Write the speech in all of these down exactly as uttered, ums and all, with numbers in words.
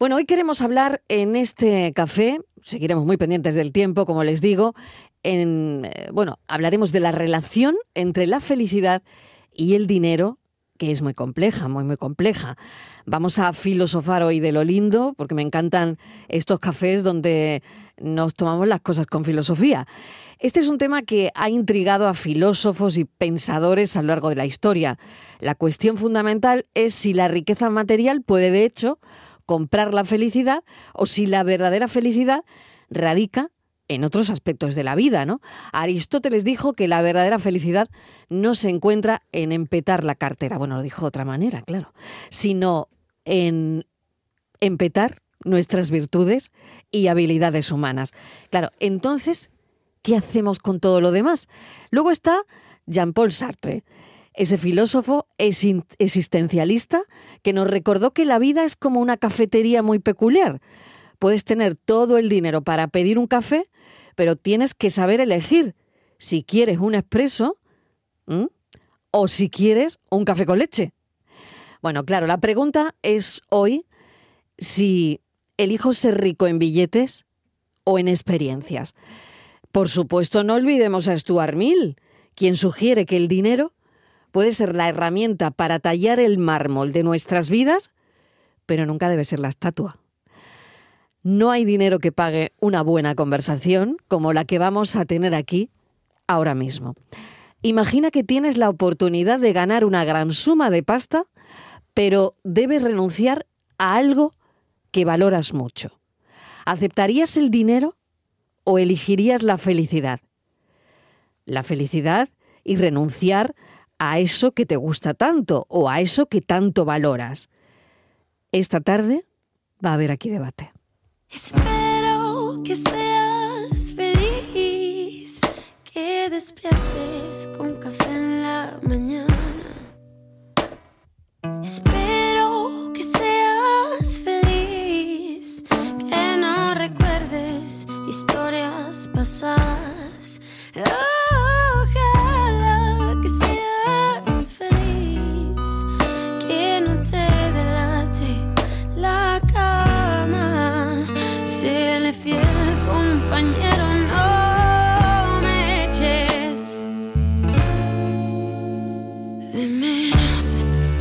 Bueno, hoy queremos hablar en este café, seguiremos muy pendientes del tiempo, como les digo, en, eh, bueno, hablaremos de la relación entre la felicidad y el dinero, que es muy compleja, muy, muy compleja. Vamos a filosofar hoy de lo lindo, porque me encantan estos cafés donde nos tomamos las cosas con filosofía. Este es un tema que ha intrigado a filósofos y pensadores a lo largo de la historia. La cuestión fundamental es si la riqueza material puede, de hecho, comprar la felicidad o si la verdadera felicidad radica en otros aspectos de la vida, ¿no? Aristóteles dijo que la verdadera felicidad no se encuentra en empetar la cartera, bueno, lo dijo de otra manera, claro, sino en empetar nuestras virtudes y habilidades humanas. Claro, entonces, ¿qué hacemos con todo lo demás? Luego está Jean-Paul Sartre, ese filósofo existencialista que nos recordó que la vida es como una cafetería muy peculiar. Puedes tener todo el dinero para pedir un café, pero tienes que saber elegir si quieres un expreso ¿m? o si quieres un café con leche. Bueno, claro, la pregunta es hoy si elijo ser rico en billetes o en experiencias. Por supuesto, no olvidemos a Stuart Mill, quien sugiere que el dinero puede ser la herramienta para tallar el mármol de nuestras vidas, pero nunca debe ser la estatua. No hay dinero que pague una buena conversación como la que vamos a tener aquí ahora mismo. Imagina que tienes la oportunidad de ganar una gran suma de pasta, pero debes renunciar a algo que valoras mucho. ¿Aceptarías el dinero o elegirías la felicidad? La felicidad y renunciar a eso que te gusta tanto o a eso que tanto valoras. Esta tarde va a haber aquí debate. Espero que seas feliz, que despiertes con café en la mañana. Espero que seas feliz, que no recuerdes historias pasadas. Ojalá que seas feliz, que no te delate la cama. Séle fiel, compañero, no me eches de menos.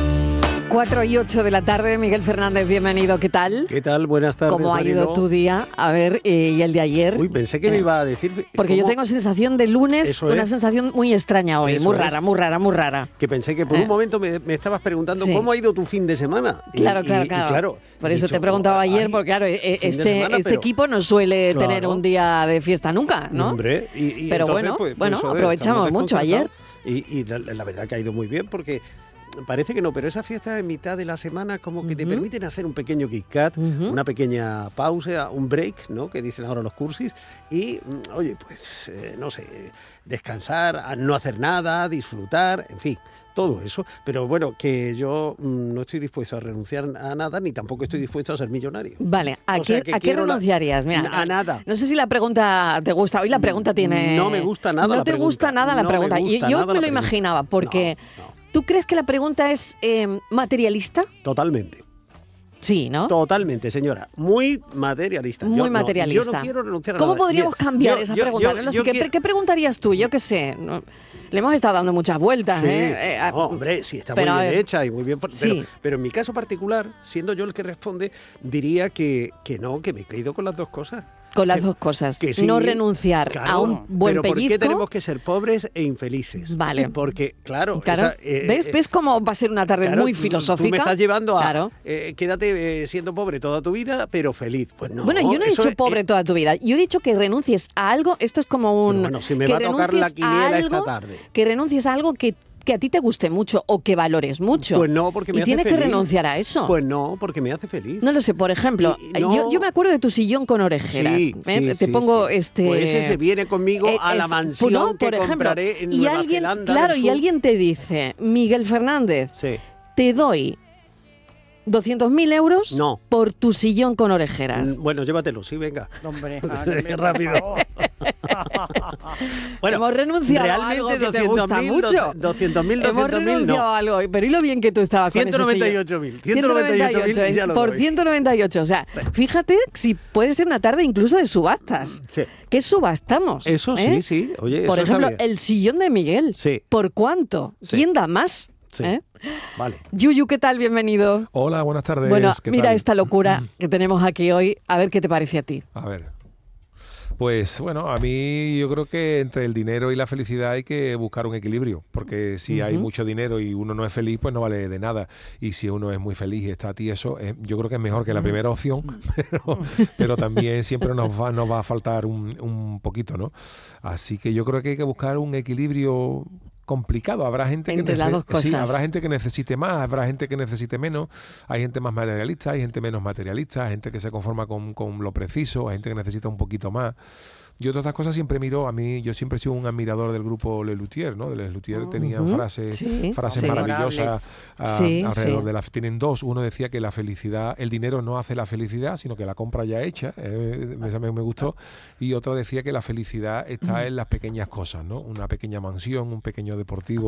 cuatro y ocho de la tarde, Miguel Fernández, bienvenido, ¿qué tal? ¿Qué tal? Buenas tardes, ¿Cómo ha Marilo? ido tu día? A ver, eh, y el de ayer. Uy, pensé que me iba a decir... Porque ¿cómo? yo tengo sensación de lunes, Eso una es. sensación muy extraña hoy, Eso muy es. rara, muy rara, muy rara. Que pensé que por Eh. un momento me, me estabas preguntando Sí. cómo ha ido tu fin de semana. Y- Claro, y- claro, y claro. claro, Por he eso dicho, te he preguntado oh, ayer, ay, porque claro, eh, fin de este, semana, este pero- equipo no suele Claro. tener un día de fiesta nunca, ¿no? Hombre, y, y Pero entonces, bueno, pues, bueno, pues, joder, aprovechamos estamos mucho ayer. desconcertados. Y, y la, la verdad que ha ido muy bien porque parece que no, pero esas fiestas en mitad de la semana como que te Ujú. permiten hacer un pequeño Kit Kat, Ujú. una pequeña pausa, un break, ¿no? Que dicen ahora los cursis. Y, mm, oye, pues, eh, no sé, descansar, a no hacer nada, disfrutar, en fin. Todo eso, pero bueno, que yo mm, no estoy dispuesto a renunciar a nada, ni tampoco estoy dispuesto a ser millonario. Vale, ¿a, O qué, sea, que ¿a qué quiero la- renunciarías? Mira, a nada. No sé si la pregunta te gusta. Hoy la pregunta tiene... No me gusta nada No la te pregunta. gusta nada la No me pregunta. Y gusta yo nada me la lo pregunta. imaginaba, porque... No, no. ¿Tú crees que la pregunta es eh, materialista? Totalmente. Sí, ¿no? Totalmente, señora. Muy materialista. Muy Yo no- materialista. yo no quiero renunciar a ¿Cómo nada. podríamos Mira, cambiar yo- esa yo- pregunta? yo- No sé, yo ¿qué, quiero- ¿Qué preguntarías tú? Yo qué sé. No, le hemos estado dando muchas vueltas, Sí, ¿eh? Eh, ah, no, hombre, sí, está pero, muy a bien ver, hecha y muy bien... for- sí. Pero, pero en mi caso particular, siendo yo el que responde, diría que, que no, que me quedo con las dos cosas. Con las que- dos cosas. que sí, no renunciar claro, a un buen pero ¿por pellizco. qué tenemos que ser pobres e infelices? Vale. Porque, claro... Claro. esa, eh, ¿Ves? eh, ¿Ves cómo va a ser una tarde claro, muy tú- filosófica? Tú me estás llevando a... Claro. eh, quédate eh, siendo pobre toda tu vida, pero feliz. Pues no. Bueno, yo no he eso dicho es- pobre eh, toda tu vida. Yo he dicho que renuncies a algo. Esto es como un. Pero bueno, si me que va a tocar la renuncies a quiniela esta algo- tarde. Que renuncies a algo que, que a ti te guste mucho o que valores mucho. Pues no, porque me Y hace tienes que feliz. renunciar a eso. Pues no, porque me hace feliz. No lo sé, por ejemplo, Y- y no- yo, yo me acuerdo de tu sillón con orejeras. Sí, ¿eh? sí, Te sí, pongo sí. este. Pues ese viene conmigo eh, a la es- mansión no, que por ejemplo, compraré en y Nueva alguien, Zelanda claro, del y Sur. alguien te dice, Miguel Fernández, Sí. te doy doscientos mil euros No. por tu sillón con orejeras. Mm, Bueno, llévatelo, sí, venga. Hombre, madre mía, por Rápido. favor. Bueno, hemos renunciado a algo que te gusta mucho. doscientos mil, Hemos doscientos mil, renunciado no. a algo, pero y lo bien que tú estabas con ciento noventa y ocho mil. ciento noventa y ocho mil y ya lo por doy. ciento noventa y ocho. O sea, fíjate si puede ser una tarde incluso de subastas. Sí. ¿Qué subastamos? Eso sí, ¿eh? sí. Oye, Por eso ejemplo, está bien. el sillón de Miguel. Sí. ¿Por cuánto? Sí. ¿Quién da más? Sí. ¿Eh? Vale. Yuyu, ¿qué tal? Bienvenido. Hola, buenas tardes. Bueno, ¿qué mira tal? esta locura que tenemos aquí hoy. A ver qué te parece a ti. A ver. Pues bueno, a mí yo creo que entre el dinero y la felicidad hay que buscar un equilibrio, porque si Ujú. hay mucho dinero y uno no es feliz, pues no vale de nada. Y si uno es muy feliz y está tieso, eh, yo creo que es mejor que la primera opción, pero, pero también siempre nos va, nos va a faltar un, un poquito, ¿no? Así que yo creo que hay que buscar un equilibrio complicado. Habrá gente Entre que las nece- dos cosas. sí, habrá gente que necesite más, habrá gente que necesite menos, hay gente más materialista, hay gente menos materialista, hay gente que se conforma con, con lo preciso, hay gente que necesita un poquito más. Yo todas estas cosas siempre miro, a mí yo siempre he sido un admirador del grupo Le Luthier, ¿no? De Le Luthier tenían Ujú. frases, Sí, frases sí. maravillosas a- Sí, alrededor sí. de la. Tienen dos. Uno decía que la felicidad, el dinero no hace la felicidad, sino que la compra ya hecha. Eh, me, me gustó. Y otro decía que la felicidad está en las pequeñas cosas, ¿no? Una pequeña mansión, un pequeño deportivo,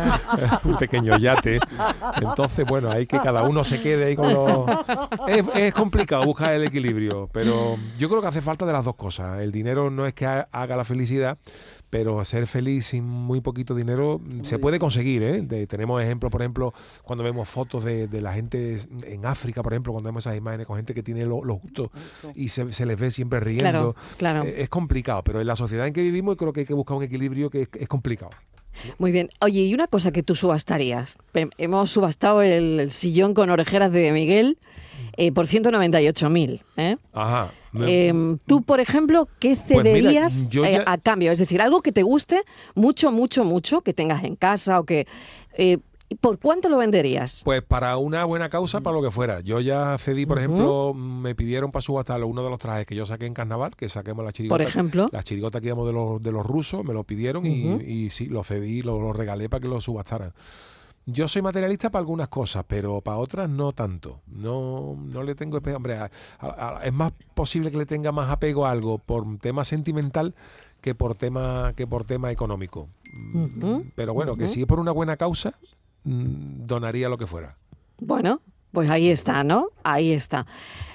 un pequeño yate. Entonces, bueno, hay que cada uno se quede ahí con los. Es, es complicado buscar el equilibrio, pero yo creo que hace falta de las dos cosas. El dinero no es que ha- haga la felicidad, pero ser feliz sin muy poquito dinero mm, se puede conseguir, ¿eh? De- tenemos ejemplos, por ejemplo, cuando vemos fotos de, de la gente en África, por ejemplo, cuando vemos esas imágenes con gente que tiene lo, lo justo y se, se les ve siempre riendo. Claro, claro. Eh, es complicado, pero en la sociedad en que vivimos creo que hay que buscar un equilibrio que es, es complicado. Muy bien. Oye, y una cosa que tú subastarías. Hem- Hemos subastado el, el sillón con orejeras de Miguel eh, por ciento noventa y ocho mil. ¿eh? Ajá. Me- Em, tú, por ejemplo, ¿qué Pues mira, cederías yo eh, ya- a cambio? Es decir, algo que te guste mucho, mucho, mucho, que tengas en casa o que... eh, ¿por cuánto lo venderías? Pues para una buena causa, para lo que fuera. Yo ya cedí, por Ujú. ejemplo, me pidieron para subastar uno de los trajes que yo saqué en carnaval, que saquemos la chirigota. Por ejemplo. La chirigota que íbamos de los, de los rusos, me lo pidieron y- Ujú. y, sí, lo cedí, lo, lo regalé para que lo subastaran. Yo soy materialista para algunas cosas, pero para otras no tanto. No, no le tengo espe- hombre, a- a- a- es más posible que le tenga más apego a algo por tema sentimental que por tema que por tema económico. Mm, Ujú, Pero bueno, que ujú. si es por una buena causa, mm, donaría lo que fuera. Bueno, pues ahí está, ¿no? Ahí está.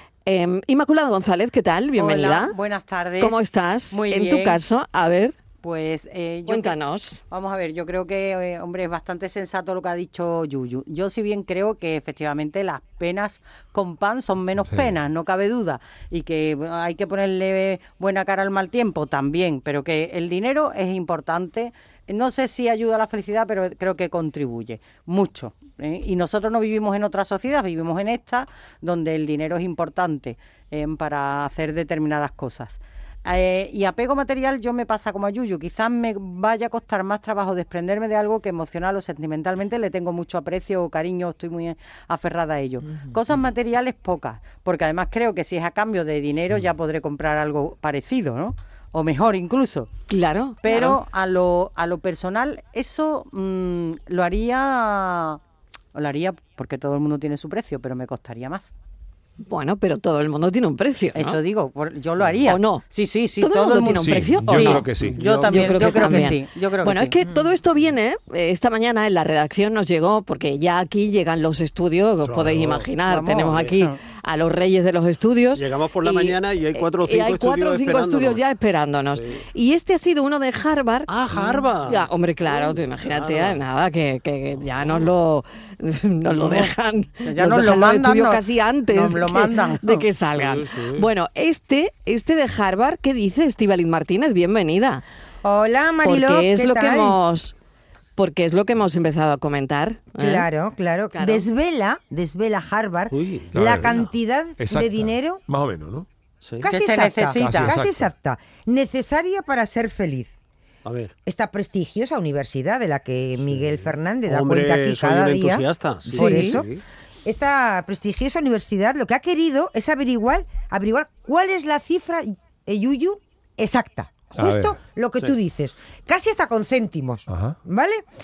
Em, Inmaculada González, ¿qué tal? Bienvenida. Hola, buenas tardes. ¿Cómo estás? Muy en bien. tu caso, a ver, Pues eh, yo cuéntanos. Vamos a ver, yo creo que, eh, hombre, es bastante sensato lo que ha dicho Yuyu. Yo si bien creo que efectivamente las penas con pan son menos Sí. penas, no cabe duda, y que bueno, hay que ponerle buena cara al mal tiempo también, pero que el dinero es importante. No sé si ayuda a la felicidad, pero creo que contribuye mucho. ¿eh? Y nosotros no vivimos en otra sociedad, vivimos en esta, donde el dinero es importante eh, para hacer determinadas cosas. Eh, y apego material yo me pasa como a Yuyu, quizás me vaya a costar más trabajo desprenderme de algo que emocional o sentimentalmente le tengo mucho aprecio o cariño, estoy muy aferrada a ello. Cosas materiales pocas, porque además creo que si es a cambio de dinero ya podré comprar algo parecido, ¿no? O mejor incluso. Claro. Pero claro. a lo a lo personal eso mm, lo haría lo haría porque todo el mundo tiene su precio, pero me costaría más. Bueno, pero todo el mundo tiene un precio, ¿no? Eso digo, por- yo lo haría. ¿O no? Sí, sí, sí. ¿Todo el mundo tiene un Sí, precio? yo ¿O no? creo que sí. Yo también, yo creo que, también. sí. Yo creo Bueno, que es sí. que todo esto viene, eh, esta mañana en la redacción nos llegó, porque ya aquí llegan los estudios, os Claro. podéis imaginar, Vamos, tenemos aquí eh. a los reyes de los estudios. Llegamos por la mañana y hay cuatro o y cinco hay cuatro o estudios cinco esperándonos. estudios ya esperándonos. Sí. Y este ha sido uno de Harvard. Ah, Harvard. Ya, hombre, claro, tú imagínate, Claro. eh, nada, que, que ya nos lo, nos lo dejan, Ya nos lo dejan los mandan, estudios no- casi antes nos de lo que, mandan. de que salgan. Sí, sí. Bueno, este, este de Harvard, ¿qué dice Estíbaliz Martínez? Bienvenida. Hola, Mariló, Porque es ¿qué lo que tal? hemos porque es lo que hemos empezado a comentar. ¿eh? Claro, claro, Claro. Desvela, desvela Harvard Uy, claro. la cantidad Exacta. de dinero Más o menos, ¿no? Sí. casi Que se exacta, necesita. casi Casi exacta, necesaria para ser feliz. A ver. Esta prestigiosa universidad de la que Miguel Fernández da Hombre, cuenta aquí soy cada un día. entusiasta. Sí, Por Sí. eso, sí. esta prestigiosa universidad lo que ha querido es averiguar, averiguar cuál es la cifra, eh, Yuyu, exacta. A Justo ver. lo que Sí. tú dices. Casi hasta con céntimos. Ajá. ¿Vale?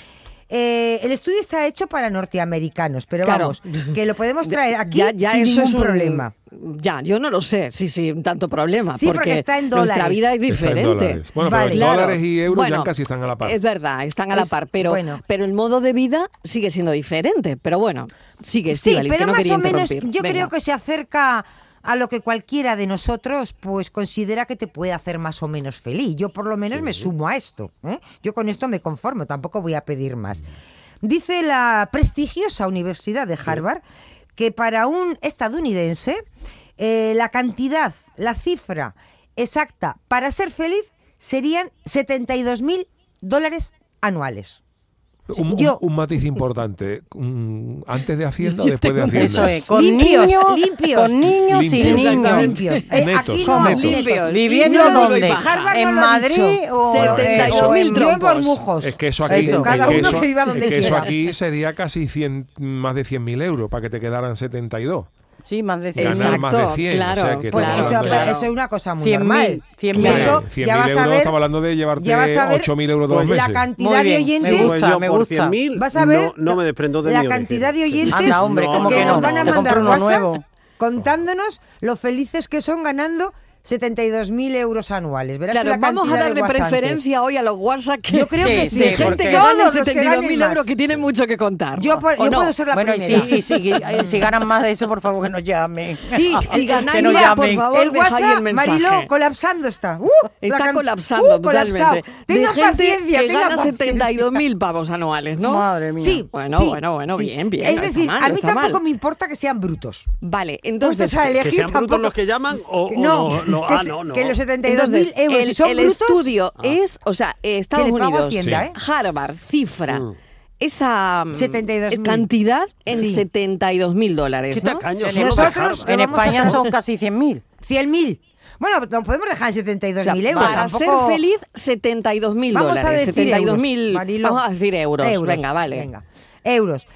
Eh, el estudio está hecho para norteamericanos, pero Claro. vamos, que lo podemos traer aquí Ya- ya sin eso ningún es un- problema. Ya, yo no lo sé, sí, sí, tanto problema. Sí, porque está en nuestra dólares. vida es Está en diferente. dólares. Bueno, Vale. pero en Claro. dólares y euros Bueno, ya casi están a la par. Es verdad, están a la Es- par, pero, bueno. pero el modo de vida sigue siendo diferente. Pero bueno, sigue Sí, Estíbaliz, pero que no más quería o menos interrumpir. yo Venga. creo que se acerca a lo que cualquiera de nosotros pues considera que te puede hacer más o menos feliz. Yo por lo menos me sumo a esto, ¿eh? Yo con esto me conformo, tampoco voy a pedir más. Dice la prestigiosa Universidad de Harvard que para un estadounidense eh, la cantidad, la cifra exacta para ser feliz serían setenta y dos mil dólares anuales. Un, un- Yo- un matiz importante. un- antes de Hacienda o después de Hacienda. Eso es, con Limpios, niños, limpios. con niños y Limpios. niños. Limpios. Eh, Netos, aquí no, netos. Limpios. ¿Viviendo Y no lo dónde? baja. Harvard ¿En no lo ha Madrid dicho. o, setenta y dos o mil en- Yo en trompos. Bormujos. Es que eso aquí, Eso. es Cada que uno eso- que viva donde es que eso quiera. aquí sería casi cien, más de cien mil euros para que te quedaran setenta y dos. Sí, más de cien. Ganar Exacto, más de cien. claro, o sea, que Pues claro, estamos eso, hablando de- claro. eso es una cosa muy cien normal. mil, cien De mil. hecho, cien ya mil vas a euros, ver, estamos hablando de llevarte ya vas a ver ocho mil euros dos Pues meses. la cantidad Muy de bien, me oyentes. gusta. Pues yo por gusta. cien mil Vas a ver no, no me desprendo de la mi cantidad de oyentes Anda, hombre, No, ¿cómo que que nos no? van a Te compro mandar uno WhatsApp nuevo. contándonos lo felices que son ganando setenta y dos mil euros anuales. Verás Claro, tú la vamos a cantidad de darle WhatsApps. preferencia hoy a los WhatsApp que Yo creo Sí, que sí, sí. de gente porque- que Todos gane los que setenta y dos mil ganen euros más. que tienen mucho que contar. Yo, por- ¿O yo no? puedo ser la Bueno, y si, primera. y si, y si ganan más de eso, por favor, que nos llamen. Sí, Si sí, ganáis que nos más, por llamen. favor, el dejáis WhatsApp, el mensaje. Mariló, colapsando está. Uh, Está la can- colapsando uh, colapsado. totalmente. Tenga de gente paciencia, que tenga gana paciencia. setenta y dos mil pavos anuales, ¿no? Madre mía. Sí, Bueno, sí, bueno, bueno, sí. bien, bien. Es no está decir, mal, a no mí está tampoco mal. me importa que sean brutos. Vale, Entonces, entonces... a elegir Que sean brutos tampoco- los que llaman o, o No, no, no, que, ah, se- no, no. que los setenta y dos mil Entonces, euros el, si son el brutos, estudio es, o sea, eh, Estados Que le pago Unidos, Hacienda, Sí. ¿eh? Harvard, cifra Mm. esa mm, setenta y dos mil. cantidad en Sí. setenta y dos mil dólares, Qué ¿no? tacaños En son los de nosotros- Harvard. En vamos a- España son casi cien mil. cien mil. Bueno, nos podemos dejar en setenta y O dos sea, mil euros. para tampoco- ser feliz, setenta y dos mil Vamos a dólares. decir setenta y dos mil, euros, Mariló. vamos a decir euros. Venga, vale. Venga, euros.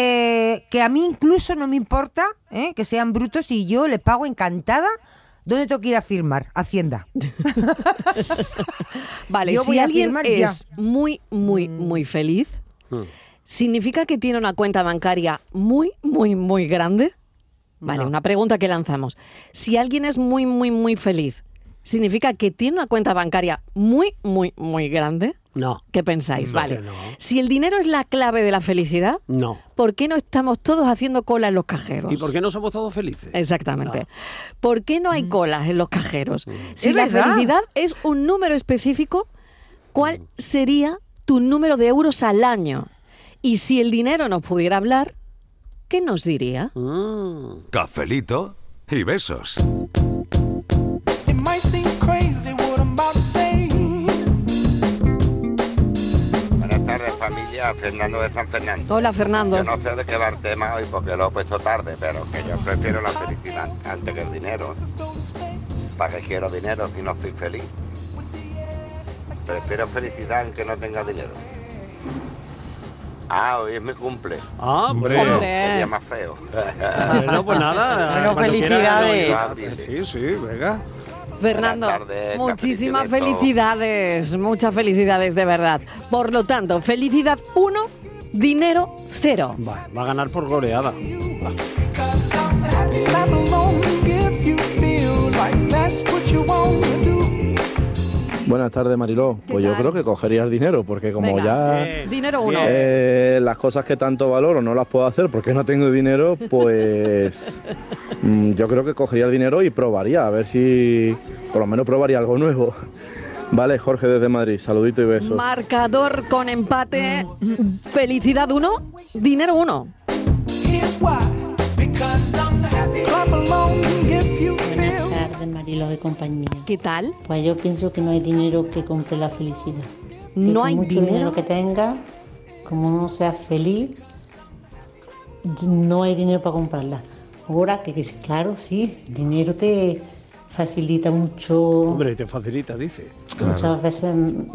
Eh, que a mí incluso no me importa eh, que sean brutos y yo le pago encantada. ¿Dónde tengo que ir a firmar? Hacienda. Vale, Yo voy si a alguien firmar ya. es muy, muy, muy feliz, Mm. ¿significa que tiene una cuenta bancaria muy, muy, muy grande? Vale, No. una pregunta que lanzamos. Si alguien es muy, muy, muy feliz, ¿significa que tiene una cuenta bancaria muy, muy, muy grande? No, ¿Qué pensáis? No, Vale. que no. Si el dinero es la clave de la felicidad, no. ¿por qué no estamos todos haciendo cola en los cajeros? ¿Y por qué no somos todos felices? Exactamente. No. ¿Por qué no hay colas en los cajeros? Si Es la verdad. felicidad es un número específico, ¿cuál sería tu número de euros al año? Y si el dinero nos pudiera hablar, ¿qué nos diría? Mm. Cafelito y besos. It might seem crazy what I'm about to say. Buenas tardes, familia. Fernando de San Fernando. Hola, Fernando. Yo no sé de qué va el tema hoy porque lo he puesto tarde, pero que yo prefiero la felicidad antes que el dinero. ¿Para qué quiero dinero si no soy feliz? Prefiero felicidad aunque no tenga dinero. Ah, hoy es mi cumple. Ah, Hombre. bueno. Hombre. Qué día más feo. Bueno, pues nada. Bueno, cuando felicidades. quiera, no, sí, sí, venga. Fernando, Buenas tardes, muchísimas cafelito y besos. felicidades, muchas felicidades de verdad. Por lo tanto, felicidad uno, dinero cero. Va, va a ganar por goleada. Cause I'm happy, clap along if you feel like that's what you wanna do. Buenas tardes, Mariló. ¿Qué Pues yo tal? creo que cogería el dinero, porque como Venga. ya Bien. Dinero uno. Bien. eh, las cosas que tanto valoro no las puedo hacer porque no tengo dinero, pues mm, yo creo que cogería el dinero y probaría, a ver si por lo menos probaría algo nuevo. Vale, Jorge desde Madrid, saludito y besos. Marcador con empate, felicidad uno, dinero uno. Here's why. Because I'm happy, clap along if you feel. Buenas tardes, Mariló de compañía. ¿Qué tal? Pues yo pienso que no hay dinero que compre la felicidad. Que No por hay mucho dinero. dinero que tenga, como no seas feliz, no hay dinero para comprarla. Ahora que, que sí, claro, sí, el dinero te facilita mucho, Hombre, te facilita, dice. muchas veces. mm.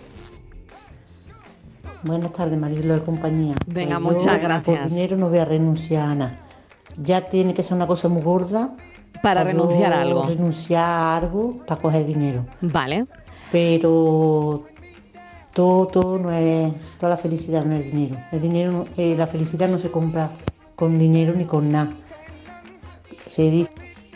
Buenas tardes, Mariló de compañía. Venga, Pues muchas yo, gracias. Por dinero no voy a renunciar a nada. Ya tiene que ser una cosa muy gorda Para yo renunciar a algo. renunciar a algo para coger dinero. Vale. Pero todo, todo no es, toda la felicidad no es dinero. El dinero, no- eh, la felicidad no se compra con dinero ni con nada. Se dice.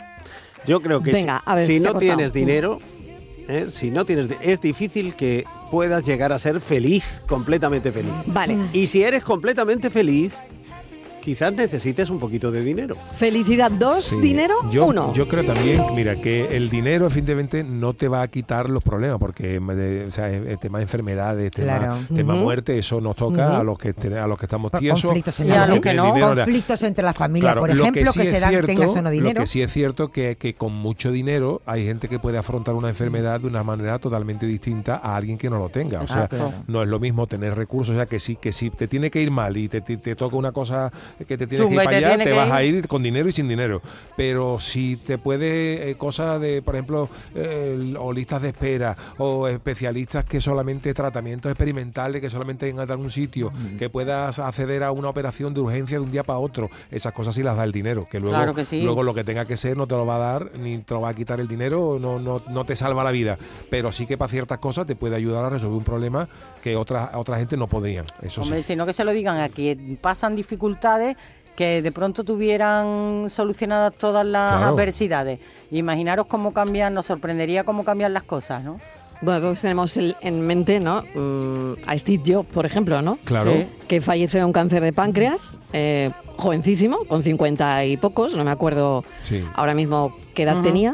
Yo creo que Venga, si, a ver, si se ha no cortado. tienes dinero, ¿eh? si no tienes, di- es difícil que puedas llegar a ser feliz, completamente feliz. Vale. Y si eres completamente feliz, quizás necesites un poquito de dinero. Felicidad dos, Sí. dinero yo, uno. Yo creo también, mira, que el dinero evidentemente no te va a quitar los problemas, porque de- o sea, el tema de enfermedades, tema, Claro. tema Ujú. muerte, eso nos toca Ujú. a los que te- a los que estamos Por tiesos. conflictos en Y a la los familia. que el no. dinero, Conflictos entre la familia, Claro, por lo ejemplo, que, sí se es dan, cierto, tengas o no dinero. Lo que sí es cierto que, que con mucho dinero hay gente que puede afrontar una enfermedad de una manera totalmente distinta a alguien que no lo tenga. O sea, Exacto. no es lo mismo tener recursos. O sea, que si, que si te tiene que ir mal y te, te, te toca una cosa que te tienes Chunga que ir y para te allá, tiene te que vas ir. a ir con dinero y sin dinero. Pero si te puede, eh, cosas de, por ejemplo, eh, o listas de espera, o especialistas que solamente tratamientos experimentales, que solamente en algún sitio, que puedas acceder a una operación de urgencia de un día para otro, esas cosas sí las da el dinero, que luego, Claro que sí. luego lo que tenga que ser no te lo va a dar, ni te lo va a quitar el dinero, no, no, no te salva la vida, pero sí que para ciertas cosas te puede ayudar a resolver un problema que otra, otra gente no podrían. Eso Hombre, sí. sino que se lo digan a quien pasan dificultades que de pronto tuvieran solucionadas todas las Claro. adversidades. Imaginaros cómo cambian, nos sorprendería cómo cambian las cosas, ¿no? Bueno, todos tenemos el- en mente, ¿no? Mm, a Steve Jobs, por ejemplo, ¿no? Claro. Sí. Que falleció de un cáncer de páncreas, eh, jovencísimo, con cincuenta y pocos, no me acuerdo Sí. ahora mismo qué edad Ujú. tenía,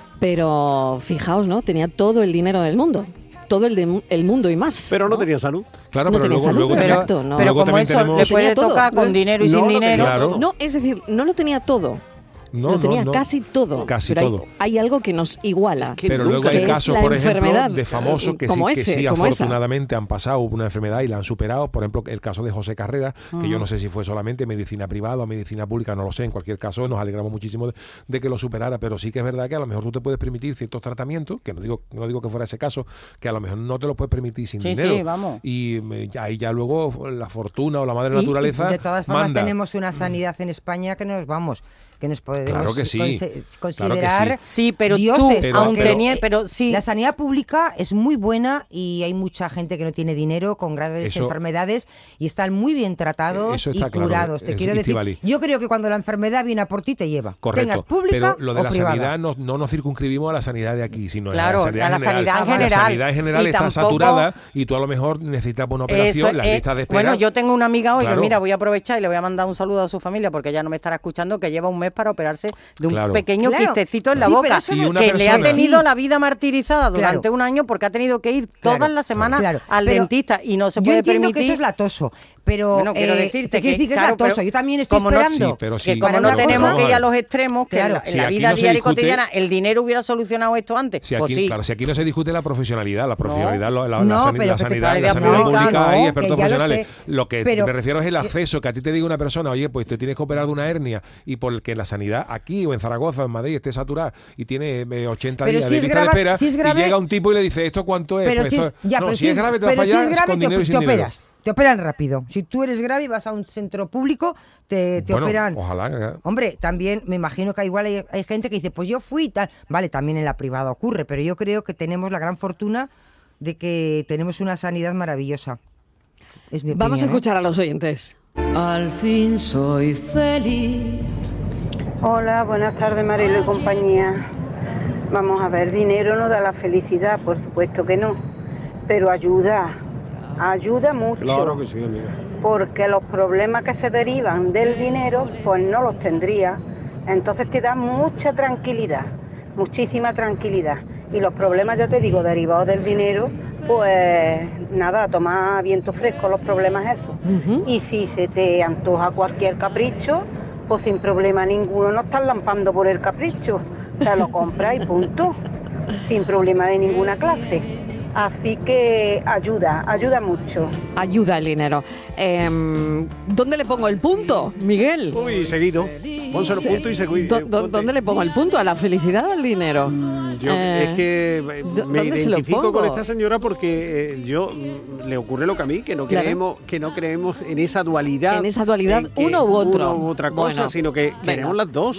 pero fijaos, ¿no? Tenía todo el dinero del mundo, todo el, de- el mundo y más. Pero no tenía salud. Claro, No pero tenía luego, salud, luego pero también- exacto, no. Pero luego como también eso tenemos- le puede Tenía todo. tocar con dinero y No, sin no tenía dinero. Claro. No, es decir, no lo tenía todo. No, lo no, tenía no. casi todo. Casi pero hay- todo. Hay, algo que nos iguala. que Pero nunca luego hay que es casos, la por ejemplo, enfermedad, de famosos que como sí, que ese, sí como esa. afortunadamente han pasado una enfermedad y la han superado. Por ejemplo, el caso de José Carrera, que yo no sé si fue solamente medicina privada o medicina pública, no lo sé. En cualquier caso, nos alegramos muchísimo de, de que lo superara, pero sí que es verdad que a lo mejor tú te puedes permitir ciertos tratamientos, que no digo, no digo que fuera ese caso, que a lo mejor no te lo puedes permitir sin Sí, dinero. sí, vamos. Y eh, ya- ahí ya luego la fortuna o la madre Y, naturaleza de todas formas manda. tenemos una sanidad en España que nos vamos, que nos podemos Claro que sí, conse- claro que considerar Sí, pero dioses, tú, Pero- aun pero- teniendo, pero sí, La sanidad pública es muy buena y hay mucha gente que no tiene dinero con graves Eso- enfermedades y están muy bien tratados Eso y está claro, curados. Te es- quiero decir, Estivali. yo creo que cuando la enfermedad viene a por ti te lleva. Correcto, Tengas pública pero lo de o la privada. sanidad no, no nos circunscribimos a la sanidad de aquí, sino Claro, a la sanidad a la general. sanidad en La general. sanidad en general Y está tampoco- saturada y tú a lo mejor necesitas una operación, Eso las es- listas de espera. Bueno, yo tengo una amiga hoy Claro. que mira, voy a aprovechar y le voy a mandar un saludo a su familia porque ella no me estará escuchando, que lleva un mes para operarse de un Claro. pequeño Claro. quistecito en la Sí, pero boca, eso Y no- una que le ha persona- tenido Sí. la vida martirizada durante Claro. un año porque ha tenido que ir Claro. todas las semanas Claro. al Pero dentista y no se Yo puede entiendo permitir. que eso es latoso, pero Bueno, quiero eh, decirte te quiero que, decir que claro, es latoso. pero Yo también estoy como no- esperando. Sí, pero que sí, como para no una tenemos cosa- que ir a los extremos, que Claro. en la, en Si la aquí vida no se diaria y discute- cotidiana el dinero hubiera solucionado esto antes. Si Pues aquí, sí. claro, si aquí no se discute la profesionalidad, la profesionalidad, la, la- No, la sani- pero la que te sanidad, parece la sanidad pública, pública no, hay que expertos ya lo profesionales. sé, Lo que pero- me refiero es el acceso, que a ti te diga una persona, oye, pues te tienes que operar de una hernia y porque la sanidad aquí o en Zaragoza o en Madrid esté saturada y tiene eh, ochenta Pero días si de es lista grave- de espera si es grave- y llega un tipo y le dice, ¿esto cuánto es? Pero Pues si eso- es, ya, no, pero si es grave te vas pero para si allá es es grave, con te, dinero y te sin dinero. operas. Te operan rápido. Si tú eres grave y vas a un centro público, te, te Bueno, operan. ojalá. Hombre, también me imagino que igual hay, hay gente que dice, pues yo fui y tal. Vale, también en la privada ocurre, pero yo creo que tenemos la gran fortuna de que tenemos una sanidad maravillosa. Es mi Vamos a opinión, ¿eh? escuchar a los oyentes. Al fin soy feliz. Hola, buenas tardes Marilo y compañía. Vamos a ver, dinero no da la felicidad, por supuesto que no, pero ayuda, ayuda mucho, Claro que sí, amiga. porque los problemas que se derivan del dinero, pues no los tendría. Entonces te da mucha tranquilidad, muchísima tranquilidad. Y los problemas, ya te digo, derivados del dinero, pues nada, a tomar viento fresco los problemas esos. Ujú. Y si se te antoja cualquier capricho, pues sin problema ninguno, no estás lampando por el capricho, te lo compras y punto, sin problema de ninguna clase. Así que ayuda, ayuda mucho. Ayuda el dinero. Em, ¿Dónde le pongo el punto, Miguel? Uy, seguido. Pónselo Sí. punto y seguido. ¿Dó- dó- ¿Dónde le pongo el punto? ¿A la felicidad o al dinero? Yo Eh, es que eh, ¿dó- me dónde se lo identifico pongo? con esta señora porque eh, yo mm, le ocurre lo que a mí, que no Claro. creemos que no creemos en esa dualidad. En esa dualidad, en que uno u otro. una u otra cosa, Bueno, sino que venga. queremos las dos.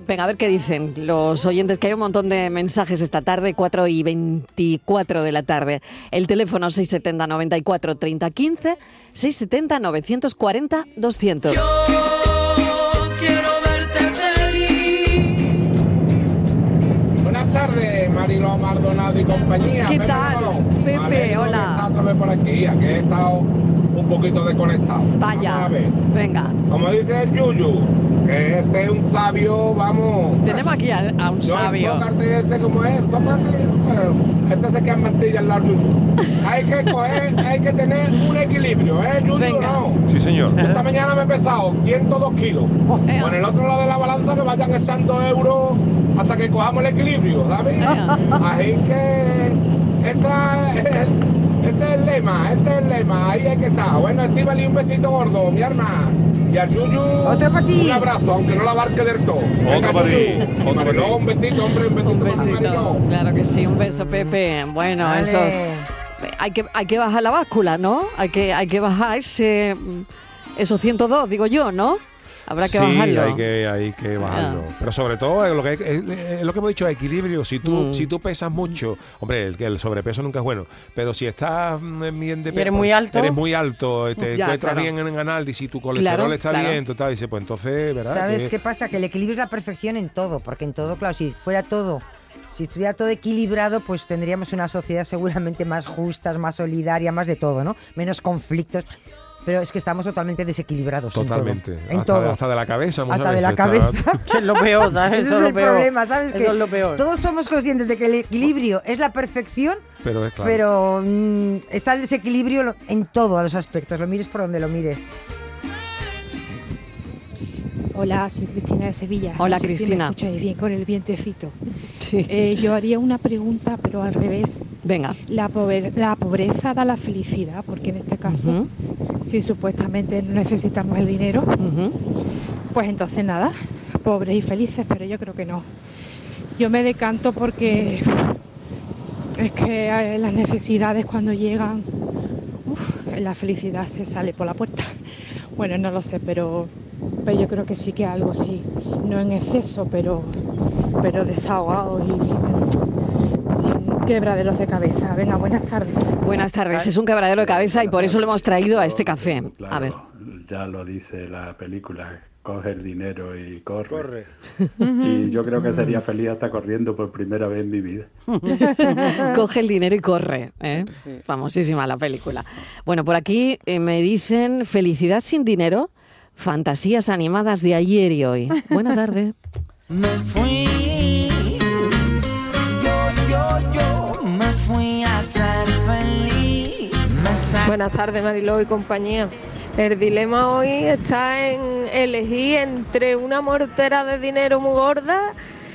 Venga, a ver qué dicen los oyentes, que hay un montón de mensajes esta tarde, cuatro y veinticuatro de la tarde. El teléfono seis setenta, noventa y cuatro, treinta, quince, seis setenta, novecientos cuarenta, doscientos. Quiero verte feliz. Buenas tardes, Mariló Maldonado y compañía. ¿Qué Pepe tal? Rodón. Pepe, Alegro hola. de estar otra vez por aquí, aquí he estado un poquito desconectado. Vaya, Vamos a ver. venga. Como dice el Yuyu, que ese es un sabio, vamos. Tenemos aquí a, a un No sabio. el Sócrates ese como es, Sócrates, bueno, ese se queda en mantilla al lado Yuyu. Hay que coger, hay que tener un equilibrio, ¿eh, Yuyu? Venga. No. Sí, señor. Esta mañana me he pesado ciento dos kilos. Ea. Con el otro lado de la balanza que vayan echando euros hasta que cojamos el equilibrio, ¿sabes? Ea. Así que esa es, ese es el lema, ese es el lema, ahí hay que estar. Bueno, Estíbaliz, un besito gordo, mi arma. Y al Yuyu, Otro para ti. un abrazo, aunque no la abarque del todo. Otro para ti, Yuyu. otro para ti. No, un besito, hombre, un besito. Un para besito, Mariló. claro que sí, un beso, Pepe. Bueno, Vale. eso hay que hay que bajar la báscula, ¿no? Hay que hay que bajar ese esos ciento dos, digo yo, ¿no? Habrá que sí, bajarlo. hay que, hay que bajarlo. Pero sobre todo, es lo que, es, es lo que hemos dicho, equilibrio. Si tú, Mm. si tú pesas mucho, hombre, el, el sobrepeso nunca es bueno, pero si estás mm, bien de Y eres peso, muy alto. eres muy alto, te Ya, encuentras claro. bien en análisis, tu colesterol Claro, está claro. bien, total, dice, pues entonces, ¿verdad? ¿Sabes Que- qué pasa? Que el equilibrio es la perfección en todo, porque en todo, claro, si fuera todo, si estuviera todo equilibrado, pues tendríamos una sociedad seguramente más justa, más solidaria, más de todo, ¿no? Menos conflictos. Pero es que estamos totalmente desequilibrados. Totalmente. En todo. En hasta, todo. hasta de la cabeza, muchas Hasta de la veces, está- cabeza. Que es lo peor, ¿sabes? Ese Eso es lo el peor. problema, ¿sabes? Eso Que es lo peor. todos somos conscientes de que el equilibrio es la perfección, Pero es claro. pero mm, está el desequilibrio lo- en todos los aspectos, lo mires por donde lo mires. Hola, soy Cristina de Sevilla. Hola, No sé si Cristina. me escucháis bien con el vientecito. Sí. Eh, yo haría una pregunta, pero al revés. Venga. La, pobre- la pobreza da la felicidad, porque en este caso, Ujú, si supuestamente no necesitamos el dinero, ujú. pues entonces nada, pobres y felices, pero yo creo que no. Yo me decanto porque es que eh, las necesidades cuando llegan, uf, la felicidad se sale por la puerta. Bueno, no lo sé, pero, pero yo creo que sí que algo sí, no en exceso, pero, pero desahogado y sin, sin quebraderos de cabeza. Venga, buenas tardes. Buenas tardes. Es un quebradero de cabeza y por eso lo hemos traído a este café. A ver. Ya lo dice la película, coge el dinero y corre. Corre. Y yo creo que sería feliz hasta corriendo por primera vez en mi vida. Coge el dinero y corre. ¿eh? Famosísima la película. Bueno, por aquí eh, me dicen felicidad sin dinero, fantasías animadas de ayer y hoy. Buena tarde. Me fui, yo, yo, yo, me fui a ser feliz. Me sa- Buenas tardes, Mariló y compañía. El dilema hoy está en elegir entre una mortera de dinero muy gorda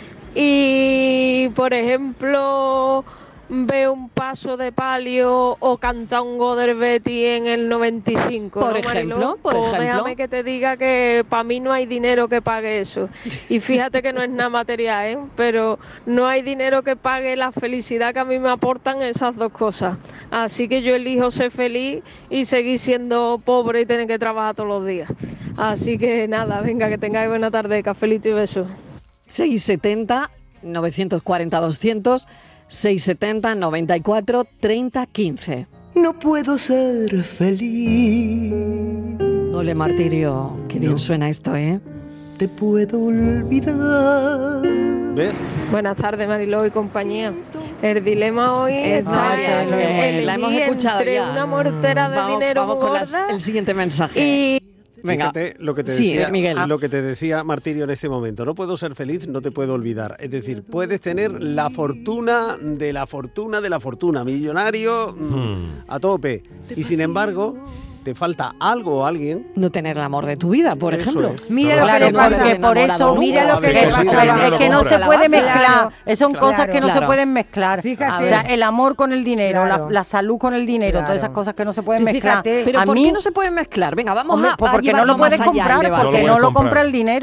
y, por ejemplo, ver un paso de palio o cantar un Goder Betty en el noventa y cinco. Por ¿no, ejemplo, Mariló? por O ejemplo. déjame que te diga que para mí no hay dinero que pague eso. Y fíjate que no es nada material, ¿eh? Pero no hay dinero que pague la felicidad que a mí me aportan esas dos cosas. Así que yo elijo ser feliz y seguir siendo pobre y tener que trabajar todos los días. Así que nada, venga, que tengáis buena tarde, cafelito y besos. seiscientos setenta, novecientos cuarenta, doscientos, seiscientos setenta, noventa y cuatro, treinta, quince. No puedo ser feliz. Ole, Martirio, qué bien suena esto, ¿eh? Te puedo olvidar. ¿Ves? Buenas tardes, Mariló y compañía. El dilema hoy Esto está ya, en que la hemos elegir escuchado entre ya. una mortera de Vamos, dinero vamos muy con las- gorda el siguiente mensaje. y Venga. Fíjate lo que te Sí, decía, Miguel. lo que te decía Martirio en este momento. No puedo ser feliz, no te puedo olvidar. Es decir, puedes tener la fortuna de la fortuna de la fortuna, millonario mm, a tope. Y sin embargo, te falta algo o alguien. No tener el amor de tu vida, por Eso ejemplo. es. Mira lo Claro, que le pasa. porque por eso, mira lo que le es, pasa. es que no se puede mezclar. Son Claro, cosas que no claro. se pueden mezclar. Fíjate. O sea, el amor con el dinero, Claro. la, la salud con el dinero, Claro. todas esas cosas que no se pueden Tú mezclar. fíjate. Pero a ¿por mí, qué no se pueden mezclar? Venga, vamos hombre, a, pues a porque no llevarlo lo puedes más allá el comprar, debate. porque No lo no puedes lo comprar. compra el dinero.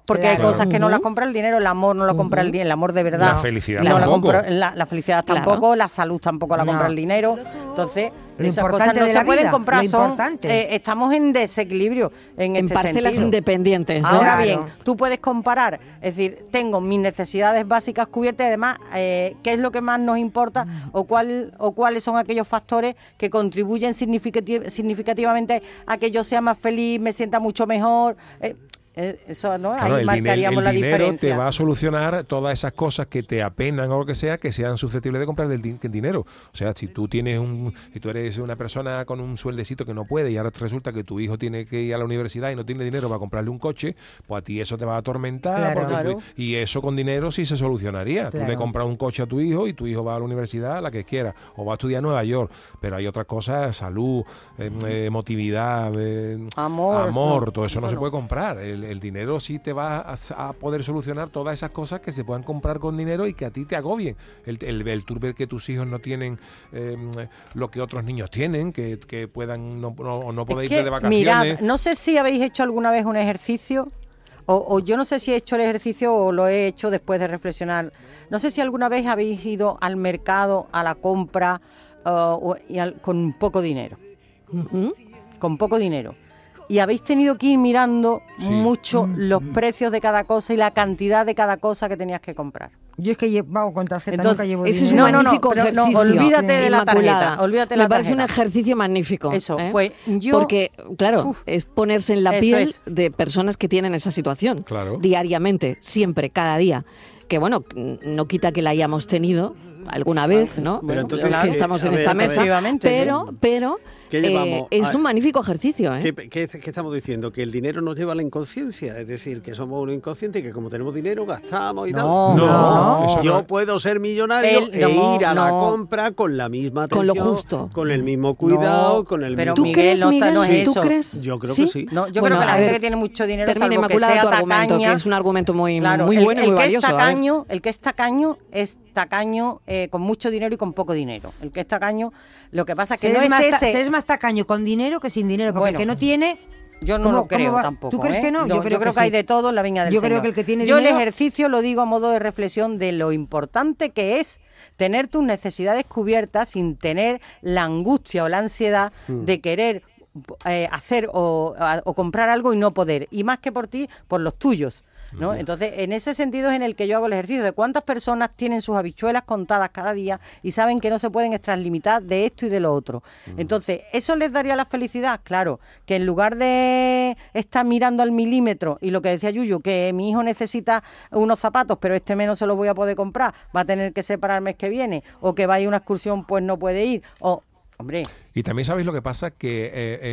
porque Claro. hay cosas que no Ujú. las compra el dinero, el amor no lo compra el dinero, el amor de verdad. La felicidad no la, tampoco. compra- la, la felicidad Claro. tampoco, la salud tampoco la No. compra el dinero. Entonces, Lo esas importante cosas no de se la pueden vida, comprar. lo Son, importante. eh, estamos en desequilibrio en, En este parcelas sentido. independientes, ¿no? Ahora Claro. bien, tú puedes comparar, es decir, tengo mis necesidades básicas cubiertas y además, eh, ¿qué es lo que más nos importa o cuál o cuáles son aquellos factores que contribuyen significati- significativamente a que yo sea más feliz, me sienta mucho mejor? Eh, eh, eso, ¿no? Claro, Ahí el, diner- marcaríamos el la dinero diferencia. te va a solucionar todas esas cosas que te apenan o lo que sea, que sean susceptibles de comprar el din- dinero. O sea, si tú tienes un, si tú eres una persona con un sueldecito que no puede y ahora te resulta que tu hijo tiene que ir a la universidad y no tiene dinero para comprarle un coche, pues a ti eso te va a atormentar. Claro. porque Claro. tú- y eso con dinero sí se solucionaría. Tú le Claro. compras un coche a tu hijo y tu hijo va a la universidad, la que quiera, o va a estudiar en Nueva York. Pero hay otras cosas, salud, eh, eh, emotividad, eh, Amor, amor, no. todo eso no se Bueno. puede comprar. El, el dinero sí te va a, a poder solucionar todas esas cosas que se puedan comprar con dinero y que a ti te agobien. El, el, el tú ver que tus hijos no tienen eh, lo que otros niños tienen, que, que puedan no, no, no poder Es irte que, de vacaciones. mirad, no sé si habéis hecho alguna vez un ejercicio, o, o yo no sé si he hecho el ejercicio o lo he hecho después de reflexionar. No sé si alguna vez habéis ido al mercado, a la compra, uh, o- y al- con poco dinero. Ujú. Con poco dinero. Y habéis tenido que ir mirando Sí. mucho los precios de cada cosa y la cantidad de cada cosa que tenías que comprar. Yo es que llevo con tarjeta, Entonces, nunca llevo Ese es un dinero. No, no, no, magnífico pero no, ejercicio. olvídate de la Inmaculada. tarjeta, olvídate de Me la parece un tarjeta. ejercicio magnífico. Eso, ¿eh? pues yo... Porque, claro, Uf. es ponerse en la Eso piel es. de personas que tienen esa situación. Claro. Diariamente, siempre, cada día. Que bueno, no quita que la hayamos tenido alguna vez, ¿no? Pero entonces, Los que eh, estamos a en ver, esta a ver. mesa. Efectivamente, Pero, pero ¿Qué eh, llevamos? es A- un magnífico ejercicio, ¿eh? ¿Qué, qué, qué estamos diciendo? Que el dinero nos lleva a la inconsciencia, es decir, que somos unos inconscientes y que como tenemos dinero gastamos y No, tal. no. Eso yo no- puedo ser millonario El- e no, ir a la no. compra con la misma Con lo atención, justo. con el mismo cuidado, No, con el pero mismo... ¿Tú Miguel, crees, no está- Miguel? no es ¿Tú eso. crees? Yo creo que sí. No, yo Bueno, creo que a la gente ver, que tiene mucho dinero, Termina salvo que Inmaculada sea tu argumento, tacaña, que es un argumento muy, claro, muy el- bueno y el, muy que valioso. Es a ver. tacaño, el que es tacaño es tacaño eh, con mucho dinero y con poco dinero. El que es tacaño, lo que pasa es que Se no es, es más ta- ese... se es más tacaño con dinero que sin dinero, porque Bueno. el que no tiene... Yo no ¿Cómo- lo creo cómo va? tampoco. ¿Tú crees ¿eh? que no? Yo, creo, que, sí. hay de todo en la viña del Yo creo Señor. que el que tiene Yo dinero... el ejercicio lo digo a modo de reflexión de lo importante que es tener tus necesidades cubiertas sin tener la angustia o la ansiedad de querer eh, hacer o, a- o comprar algo y no poder. Y más que por ti, por los tuyos. ¿no? Entonces, en ese sentido es en el que yo hago el ejercicio de cuántas personas tienen sus habichuelas contadas cada día y saben que no se pueden extralimitar de esto y de lo otro. Entonces, ¿eso les daría la felicidad? Claro, que en lugar de estar mirando al milímetro y lo que decía Yuyu, que mi hijo necesita unos zapatos, pero este mes no se los voy a poder comprar, va a tener que ser para el mes que viene, o que va a ir a una excursión, pues no puede ir, o... Hombre, Y también sabéis lo que pasa, que eh,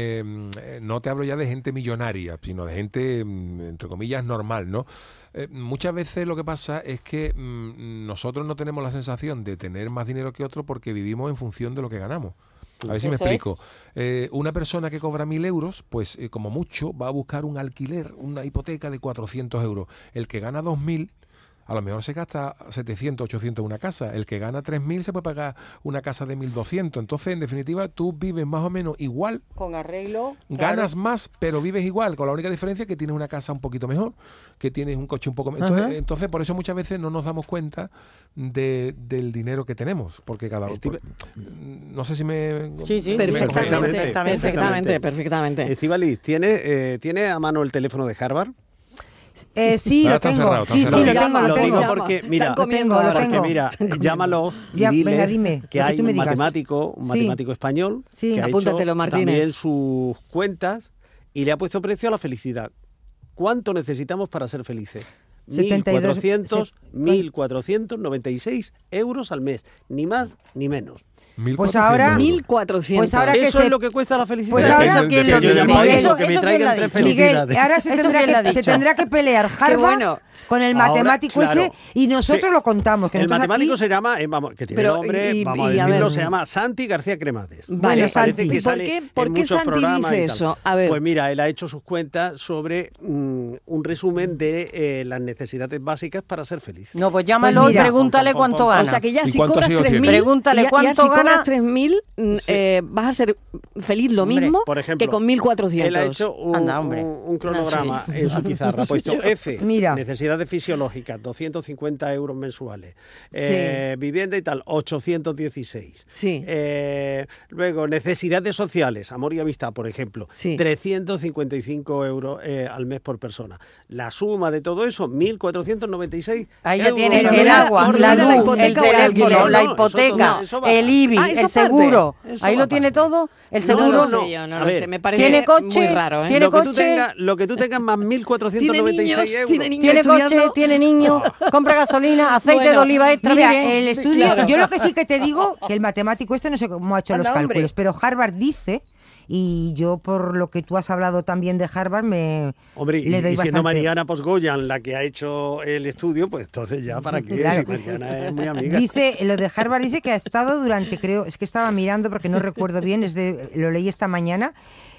eh, no te hablo ya de gente millonaria, sino de gente, mm, entre comillas, normal, ¿no? Eh, muchas veces lo que pasa es que mm, nosotros no tenemos la sensación de tener más dinero que otro porque vivimos en función de lo que ganamos. A ver si me Eso es. explico. Eh, una persona que cobra mil euros, pues eh, como mucho va a buscar un alquiler, una hipoteca de cuatrocientos euros. El que gana dos mil... a lo mejor se gasta setecientos, ochocientos en una casa. El que gana tres mil se puede pagar una casa de mil doscientos. Entonces, en definitiva, tú vives más o menos igual. con arreglo... Ganas claro. más, pero vives igual, con la única diferencia que tienes una casa un poquito mejor, que tienes un coche un poco mejor. Entonces, Ajá. entonces, por eso muchas veces no nos damos cuenta de, del dinero que tenemos, porque cada uno... Estive- No sé si me... Sí, sí, me- Perfectamente, Perfectamente, perfectamente, perfectamente. perfectamente. Estíbaliz, ¿tiene, eh, ¿tiene a mano el teléfono de Harvard? Eh, sí, Ahora lo está tengo. cerrado, está sí, sí, cerrado. lo tengo, lo Lo tengo. digo porque, mira, Están comiendo lo tengo, lo ahora. tengo. Porque mira, Están comiendo. llámalo y Ya, dile venga, dime, que lo que hay tú me un digas. matemático, un Sí. matemático español Sí. que ha Apúntatelo, hecho Martínez. también sus cuentas y le ha puesto precio a la felicidad. ¿Cuánto necesitamos para ser felices? setenta y dos, mil cuatrocientos noventa y seis euros al mes, ni más ni menos. mil Pues cuatrocientos ahora- euros. mil cuatrocientos. Pues ahora que Eso se- es lo que cuesta la felicidad. Pues ahora- ¿Eso quién lo Que yo dice? llamo a Miguel, eso, que ¿eso me quién traigan lo ha tres dicho? Miguel, felicidades. ahora se ¿Eso tendrá, quién lo ha que, se dicho? tendrá que pelear Qué Harvard bueno. con el Ahora, matemático claro. ese y nosotros Sí. lo contamos. Que El nosotros matemático aquí- se llama, eh, vamos, que tiene Pero, nombre, y- vamos y a a decirlo, ver. se llama Santi García Cremades. Vale, Me parece Santi. que ¿Y por sale qué- por en qué muchos Santi programas dice y tal. eso? A ver. Pues mira, él ha hecho sus cuentas sobre mm, un resumen de eh, las necesidades básicas para ser feliz. No, pues llámalo y pregúntale cuánto gana. O sea que ya ¿Y si cuántos cobras hijos tres tiene? mil, Pregúntale ya, cuánto ya si gana. cobras tres mil, mm, eh, vas a ser feliz lo Hombre, mismo por ejemplo, que con mil cuatrocientos. Él ha hecho un, Anda, un, un cronograma No sé. en su pizarra. Ha puesto F, Mira. necesidades fisiológicas, doscientos cincuenta euros mensuales. Eh, vivienda y tal, ochocientos dieciséis. Sí. Eh, luego, necesidades sociales, amor y amistad, por ejemplo, Sí. trescientos cincuenta y cinco euros eh, al mes por persona. La suma de todo eso, mil cuatrocientos noventa y seis Ahí ya euros. tiene al el mes agua, por la mes. luz, el teléfono, la hipoteca, el I B I, Ah, eso el seguro. aparte. Eso Ahí lo aparte. tiene todo. El No, seguro. no, no. sé yo, no A lo ver, sé, me parece ¿Tiene coche? muy raro, ¿eh? ¿Tiene lo, que tú coche? tengas, lo que tú tengas más mil cuatrocientos noventa y seis ¿Tiene niños? euros. ¿Tiene niños Tiene coche, estudiando? tiene niño, compra gasolina, aceite Bueno, de oliva extra. Mira, mire. el estudio, Claro. yo lo que sí que te digo, que el matemático este no sé cómo ha hecho Anda, los cálculos, hombre. pero Harvard dice, y yo por lo que tú has hablado también de Harvard, me Hombre, y, le doy y siendo bastante- Mariana Posgoyan la que ha hecho el estudio, pues entonces ya para qué, Claro. si Mariana es muy amiga. Dice, lo de Harvard dice que ha estado durante, creo, es que estaba mirando porque no recuerdo bien, es de, lo leí esta mañana,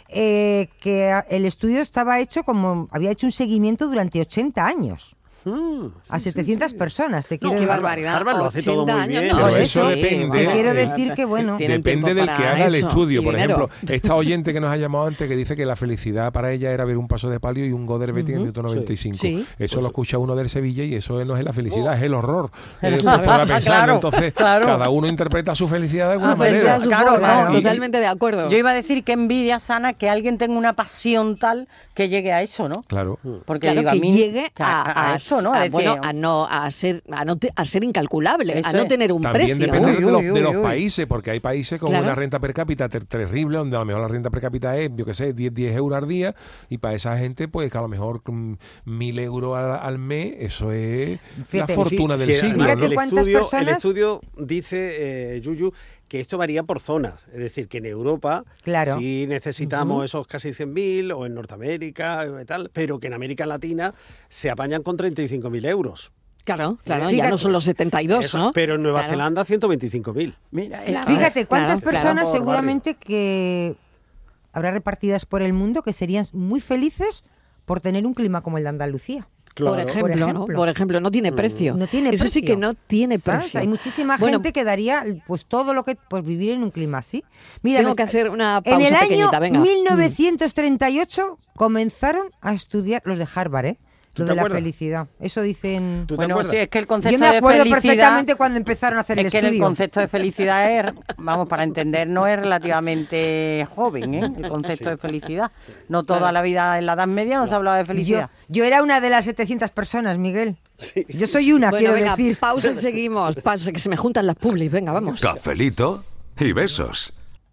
eh, que a- el estudio estaba hecho como, había hecho un seguimiento durante ochenta años. Mm, A setecientas personas, te No, quiero Qué decir. barbaridad. Harvard lo hace todo ochenta muy años, bien. no, Pero Por eso eso, depende. te quiero eh, decir que bueno. Tienen Depende tiempo del para que haga el eso, estudio. y Por dinero. ejemplo, esta oyente que nos ha llamado antes que dice que la felicidad para ella era ver un paso de palio y un Goder Betty en el minuto noventa y cinco. Sí. Eso lo escucha uno del Sevilla y eso no es la felicidad, es el horror. Eh, Claro, para pensar, claro, Entonces, claro. cada uno interpreta su felicidad de alguna Su felicidad, manera. su Claro, forma, no, y- totalmente de acuerdo. Yo iba a decir que envidia sana que alguien tenga una pasión tal que llegue a eso, ¿no? Claro. Porque Claro, digo, a que mí- llegue que a, a, a eso, ¿no? a, A decir, bueno, a no a ser a no te- a ser incalculable, Eso a no es. tener un También precio. depende Uy, de los, uy, de los uy, uy. países, porque hay países con Claro. una renta per cápita ter- terrible, donde a lo mejor la renta per cápita es, yo qué sé, diez, diez euros al día, y para esa gente, pues que a lo mejor mm, mil euros al, al mes, eso es Fíjate. la fortuna Sí, del sí, siglo. además ¿no? el, ¿Cuántas estudio, personas? el estudio dice, eh, Yuyu, que esto varía por zonas. Es decir, que en Europa Claro. sí necesitamos esos casi cien mil, o en Norteamérica, y tal, pero que en América Latina se apañan con treinta y cinco mil euros. Claro, claro, ya Fíjate. no son los setenta y dos, Eso, ¿no? Pero en Nueva Claro. Zelanda ciento veinticinco mil. Mira, eh, Fíjate, ¿cuántas claro, personas por seguramente que habrá repartidas por el mundo que serían muy felices por tener un clima como el de Andalucía? Por ejemplo, ¿no? ejemplo. Por ejemplo, no tiene precio. No tiene Eso sí precio. que no tiene ¿Sabes? precio. Hay muchísima Bueno, gente que daría pues todo lo que pues vivir en un clima así. Mira, tengo me que está- hacer una en pausa el año pequeñita, venga. mil novecientos treinta y ocho comenzaron a estudiar los de Harvard, ¿eh? ¿Tú Lo te de la acuerdas? felicidad. Eso dicen. ¿Tú te bueno, acuerdas? sí, es que el concepto Yo me acuerdo de felicidad perfectamente cuando empezaron a hacer es el que el estudio. concepto de felicidad es, vamos, para entender, no es relativamente joven, ¿eh? El concepto de felicidad. No toda la vida en la Edad Media no se hablaba de Yo, felicidad. yo era una de las setecientas personas, Miguel. Yo soy una, Bueno, quiero venga, decir. pausa y seguimos. Pausa, que se me juntan las publis. Venga, vamos. Cafelito y besos.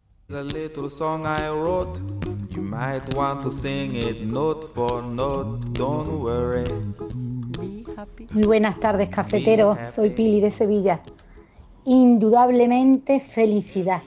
A little song I wrote. You might want to sing it note for note. Don't worry. Muy buenas tardes, cafeteros. Soy Pili de Sevilla. Indudablemente felicidad.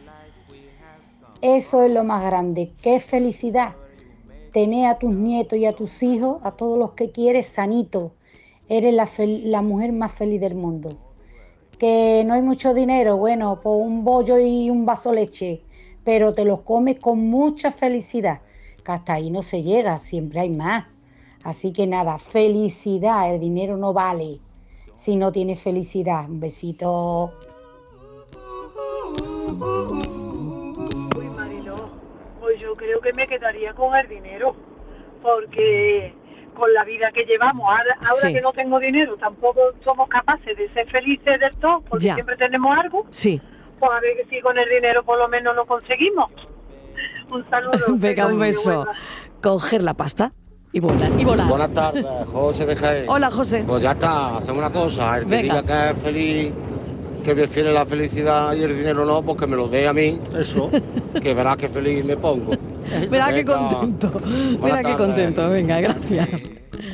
Eso es lo más grande. ¿Qué felicidad? Tener a tus nietos y a tus hijos, a todos los que quieres, sanitos. Eres la, fel- la mujer más feliz del mundo. Que no hay mucho dinero, bueno, pues un bollo y un vaso de leche, pero te los comes con mucha felicidad. Que hasta ahí no se llega, siempre hay más. Así que nada, felicidad, el dinero no vale si no tienes felicidad. Un besito. Uy, Mariló, pues yo creo que me quedaría con el dinero, porque con la vida que llevamos, ahora, ahora Sí. que no tengo dinero, tampoco somos capaces de ser felices del todo, porque Ya. siempre tenemos algo, Sí. pues a ver si con el dinero por lo menos lo conseguimos. Un saludo. Venga, un que beso. vuelva. Coger la pasta y volar. Y volar. Buenas tardes, José de Jaén. Hola, José. Pues ya está, hacemos una cosa. El que Venga. diga que es feliz, que prefiere la felicidad y el dinero no, pues que me lo dé a mí. Eso. Que verás que feliz me pongo. Verá qué Venga. contento. Buenas Verá qué tardes. contento. Venga, gracias.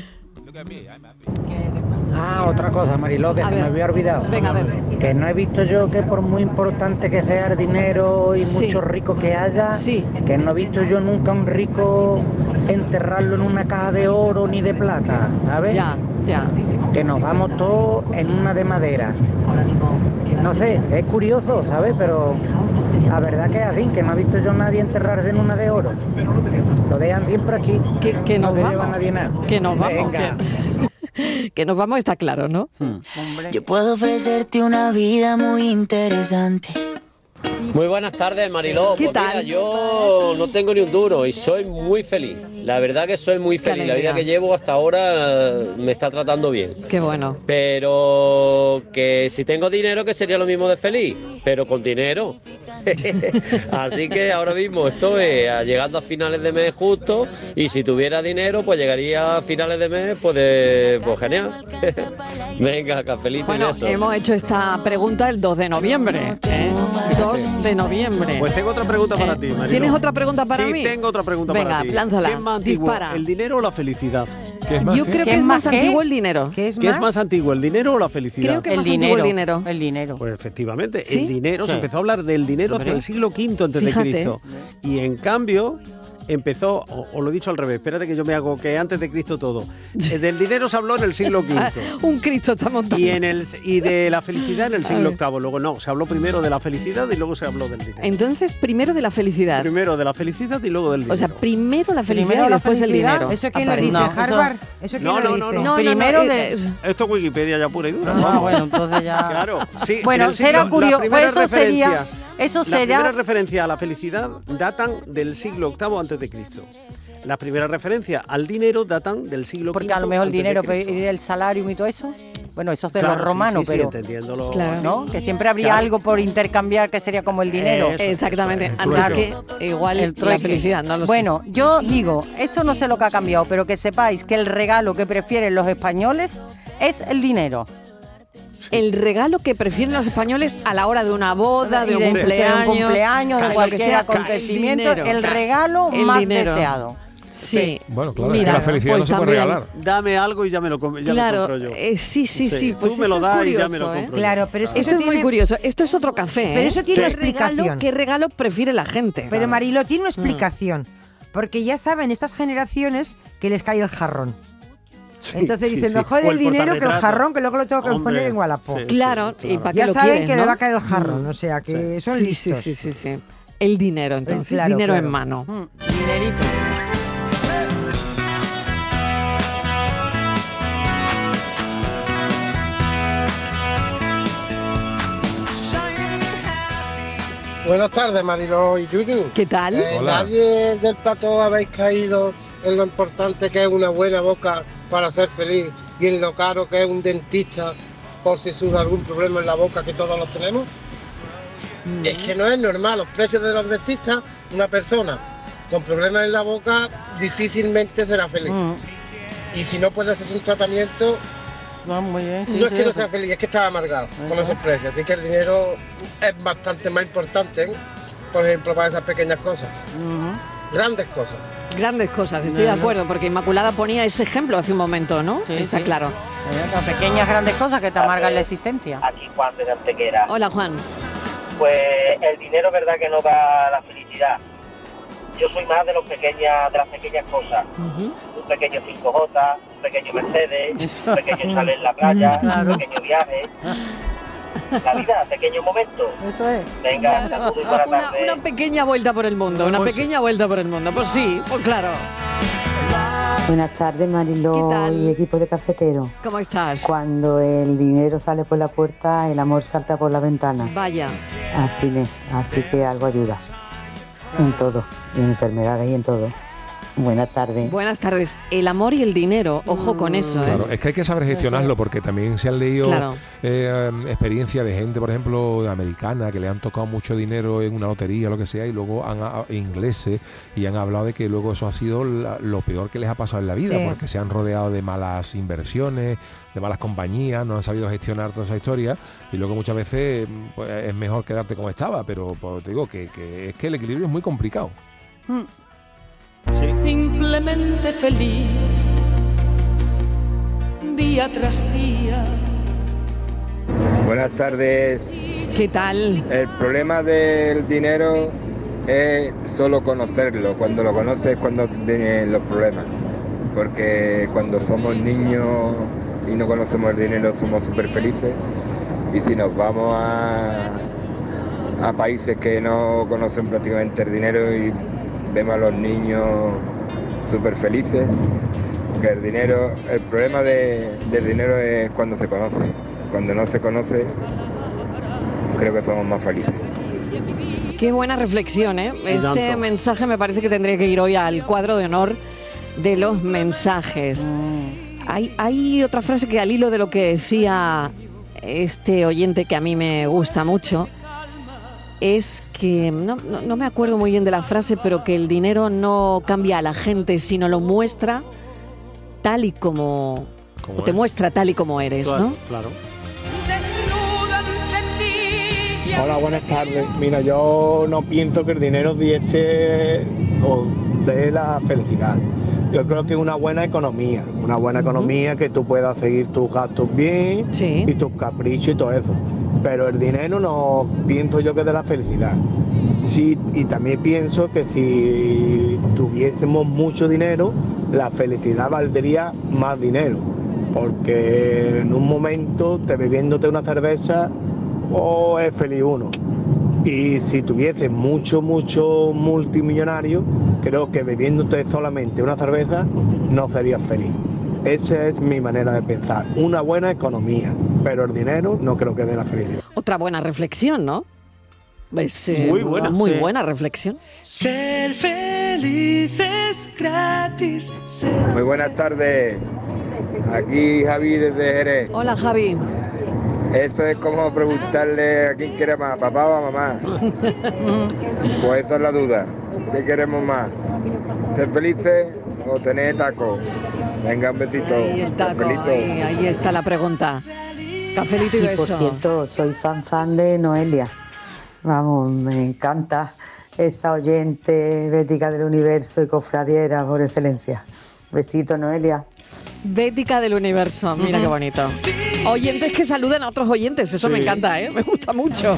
Ah, otra cosa, Mariló, que A se ver. me había olvidado. Venga, a ver. Que no he visto yo que por muy importante que sea el dinero y Sí. mucho rico que haya, Sí. que no he visto yo nunca a un rico enterrarlo en una caja de oro ni de plata, ¿sabes? Ya, ya. Que nos vamos todos en una de madera. No sé, es curioso, ¿sabes? Pero la verdad que es así, que no he visto yo a nadie enterrarse en una de oro. Lo dejan siempre aquí. Que, que no nos se vamos. llevan nadie nada. Que nos vamos. Venga. Que, que nos vamos está claro, ¿no? Yo puedo ofrecerte una vida muy interesante. Muy buenas tardes, Mariló. ¿Qué Pues mira, tal? yo no tengo ni un duro y soy muy feliz. La verdad que soy muy feliz. La vida que llevo hasta ahora eh, me está tratando bien. Qué bueno. Pero que si tengo dinero, que sería lo mismo de feliz, pero con dinero. Así que ahora mismo estoy eh, llegando a finales de mes justo, y si tuviera dinero, pues llegaría a finales de mes, pues, de, pues genial. Venga, cafelito Bueno, y eso. hemos hecho esta pregunta el dos de noviembre. ¿eh? dos de noviembre. Pues tengo otra pregunta para ti, Mariló. ¿Tienes otra pregunta para sí, mí? Sí, tengo otra pregunta Venga, para ti. lánzala, ¿Qué es más antiguo, dispara. el dinero o la felicidad? ¿Qué es más, Yo qué? creo ¿Qué que es es más más qué? antiguo el dinero. ¿Qué es ¿Qué más? es más antiguo, el dinero o la felicidad? Creo que es El más dinero, antiguo el dinero. el dinero. Pues efectivamente, ¿Sí? el dinero, Sí. se empezó a hablar del dinero hacia ¿Hombre? el siglo quinto antes Fíjate. de Cristo. Y en cambio empezó, o, o lo he dicho al revés, espérate que yo me hago que antes de Cristo todo. Eh, Del dinero se habló en el siglo Ah, quinto. un Cristo está montando. Y, en el, y de la felicidad en el siglo octavo. Luego no, se habló primero de la felicidad y luego se habló del dinero. Entonces, primero de la felicidad. Primero de la felicidad y luego del dinero. O sea, primero la felicidad Primero y la después el felicidad. dinero. ¿Eso quién lo Aparece. dice? No, eso- ¿Harvard? ¿Eso quién No, lo no, dice? no, No, no, Primero no, de- eh, Esto es Wikipedia ya pura y dura. Ah, vamos. bueno, entonces ya. Claro, sí. Bueno, en el siglo- será las curioso. Pues primeras eso sería. referencias- Eso Las sería. primeras referencias a la felicidad datan del siglo octavo antes de Cristo. Las primeras referencias al dinero datan del siglo Porque quinto a lo mejor el antes de dinero, Cristo. el salario y todo eso. Bueno, eso es de Claro, los sí, romanos, sí, sí, pero. entendiéndolo. Claro. ¿No? Que siempre habría Claro. algo por intercambiar que sería como el dinero. Eso, Exactamente. eso es. Antes Claro. que igual El la trueque. felicidad, no lo Bueno, yo digo, esto no sé lo que ha cambiado, pero que sepáis que el regalo que prefieren los españoles es el dinero. sé. El regalo que prefieren los españoles a la hora de una boda, de Y un de- de un cumpleaños, cumpleaños, de lo que cualquier sea, acontecimiento, dinero. el regalo El más dinero. deseado. Sí. Bueno, claro, Mira, es que la felicidad pues no se puede también. regalar. Dame algo y ya me lo, com- ya Claro, lo compro yo. eh, sí, sí, sí. Pues Tú me lo esto es das y ya me curioso, lo ¿eh? compro Claro, yo. pero es que Esto eso es muy tiene- curioso. Esto es otro café, ¿eh? Pero eso tiene ¿Qué una explicación. regalo, ¿Qué regalo prefiere la gente? Pero Marilo, tiene Mm. una explicación. Porque ya saben estas generaciones que les cae el jarrón. Entonces sí, dicen, sí. mejor O el el dinero que el portarretrato. jarrón, que luego lo tengo que Hombre, poner en Wallapop. sí, Claro, ¿y para qué Ya lo saben quieren, que le no? va a caer el jarrón, Mm. o sea que son Sí, listos. sí, sí, sí, sí. El dinero, entonces, claro, dinero claro. en mano. Dinerito. Buenas tardes, Mariló y Yuyu. ¿Qué tal? Eh, Hola. Nadie del plato habéis caído en lo importante que es una buena boca para ser feliz y en lo caro que es un dentista por si surge algún problema en la boca, que todos los tenemos. Es que no es normal, los precios de los dentistas, una persona con problemas en la boca difícilmente será feliz. Mm. Y si no puede hacerse un tratamiento, No, muy bien. sí, no es sí, que no eso. sea feliz, es que está amargado con Eso. esos precios. Así que el dinero es bastante más importante, ¿eh? Por ejemplo, para esas pequeñas cosas, Ujú. grandes cosas. Grandes cosas, estoy de No, no. acuerdo, porque Inmaculada ponía ese ejemplo hace un momento, ¿no? Sí, Está sí. claro. Eh, Las pequeñas grandes cosas que te amargan la existencia. Aquí Juan de Antequera. Hola, Juan. Pues el dinero es verdad que no da la felicidad. Yo soy más de los pequeñas, de las pequeñas cosas. Ujú. Un pequeño cinco J, un pequeño Mercedes, Eso. un pequeño salir en la playa, Claro. un pequeño viaje. La vida, pequeño momento. Eso es. Venga, saludos y buena Una, tarde. una pequeña vuelta por el mundo, una Pues sí. pequeña vuelta por el mundo. Pues sí, pues claro. Buenas tardes, Mariló ¿Qué tal? y equipo de cafetero. ¿Cómo estás? Cuando el dinero sale por la puerta, el amor salta por la ventana. Vaya. Así es, así que algo ayuda. En todo, y en enfermedades y en todo. Buenas tardes. Buenas tardes. El amor y el dinero, ojo con eso, ¿eh? Claro, es que hay que saber gestionarlo porque también se han leído Claro. eh, experiencias de gente, por ejemplo, americana, que le han tocado mucho dinero en una lotería, lo que sea, y luego han a- ingleses y han hablado de que luego eso ha sido la- lo peor que les ha pasado en la vida, Sí. porque se han rodeado de malas inversiones, de malas compañías, no han sabido gestionar toda esa historia y luego muchas veces pues, es mejor quedarte como estaba, pero pues, te digo que, que es que el equilibrio es muy complicado. Simplemente feliz, día tras día. Buenas tardes. ¿Qué tal? El problema del dinero es solo conocerlo. Cuando lo conoces es cuando vienen los problemas. Porque cuando somos niños y no conocemos el dinero somos súper felices. Y si nos vamos a, a países que no conocen prácticamente el dinero y vemos a los niños súper felices, que el dinero, el problema de, del dinero es cuando se conoce. Cuando no se conoce, creo que somos más felices. Qué buena reflexión, ¿eh? Este mensaje me parece que tendría que ir hoy al cuadro de honor de los mensajes. Hay, hay otra frase que al hilo de lo que decía este oyente que a mí me gusta mucho, es que, no, no, no me acuerdo muy bien de la frase, pero que el dinero no cambia a la gente, sino lo muestra tal y como, o te muestra tal y como eres, claro, ¿no? Claro. Hola, buenas tardes. Mira, yo no pienso que el dinero diese o dé la felicidad. Yo creo que una buena economía, una buena uh-huh. economía que tú puedas seguir tus gastos bien sí. y tus caprichos y todo eso. Pero el dinero no pienso yo que dé la felicidad. Sí, y también pienso que si tuviésemos mucho dinero, la felicidad valdría más dinero. Porque en un momento te bebiéndote una cerveza o es feliz uno. Y si tuviese mucho, mucho multimillonario, creo que bebiéndote solamente una cerveza no serías feliz. Esa es mi manera de pensar. Una buena economía, pero el dinero no creo que dé la felicidad. Otra buena reflexión, ¿no? Es, eh, muy buena. Muy sí. buena reflexión. Ser feliz es gratis. Ser... Muy buenas tardes. Aquí Javi desde Jerez. Hola, Javi. Esto es como preguntarle a quién quiere más, papá o a mamá. Pues esa es la duda. ¿Qué queremos más? ¿Ser felices o tener taco? Venga, un besito. Ahí el taco, ahí, ahí está la pregunta. Cafelito y beso. Por cierto, soy fan fan de Noelia. Vamos, me encanta esta oyente bética del universo y cofradiera por excelencia. Besito, Noelia. Bética del universo, mira uh-huh. qué bonito. Oyentes que saludan a otros oyentes, eso sí. me encanta, ¿eh? Me gusta mucho.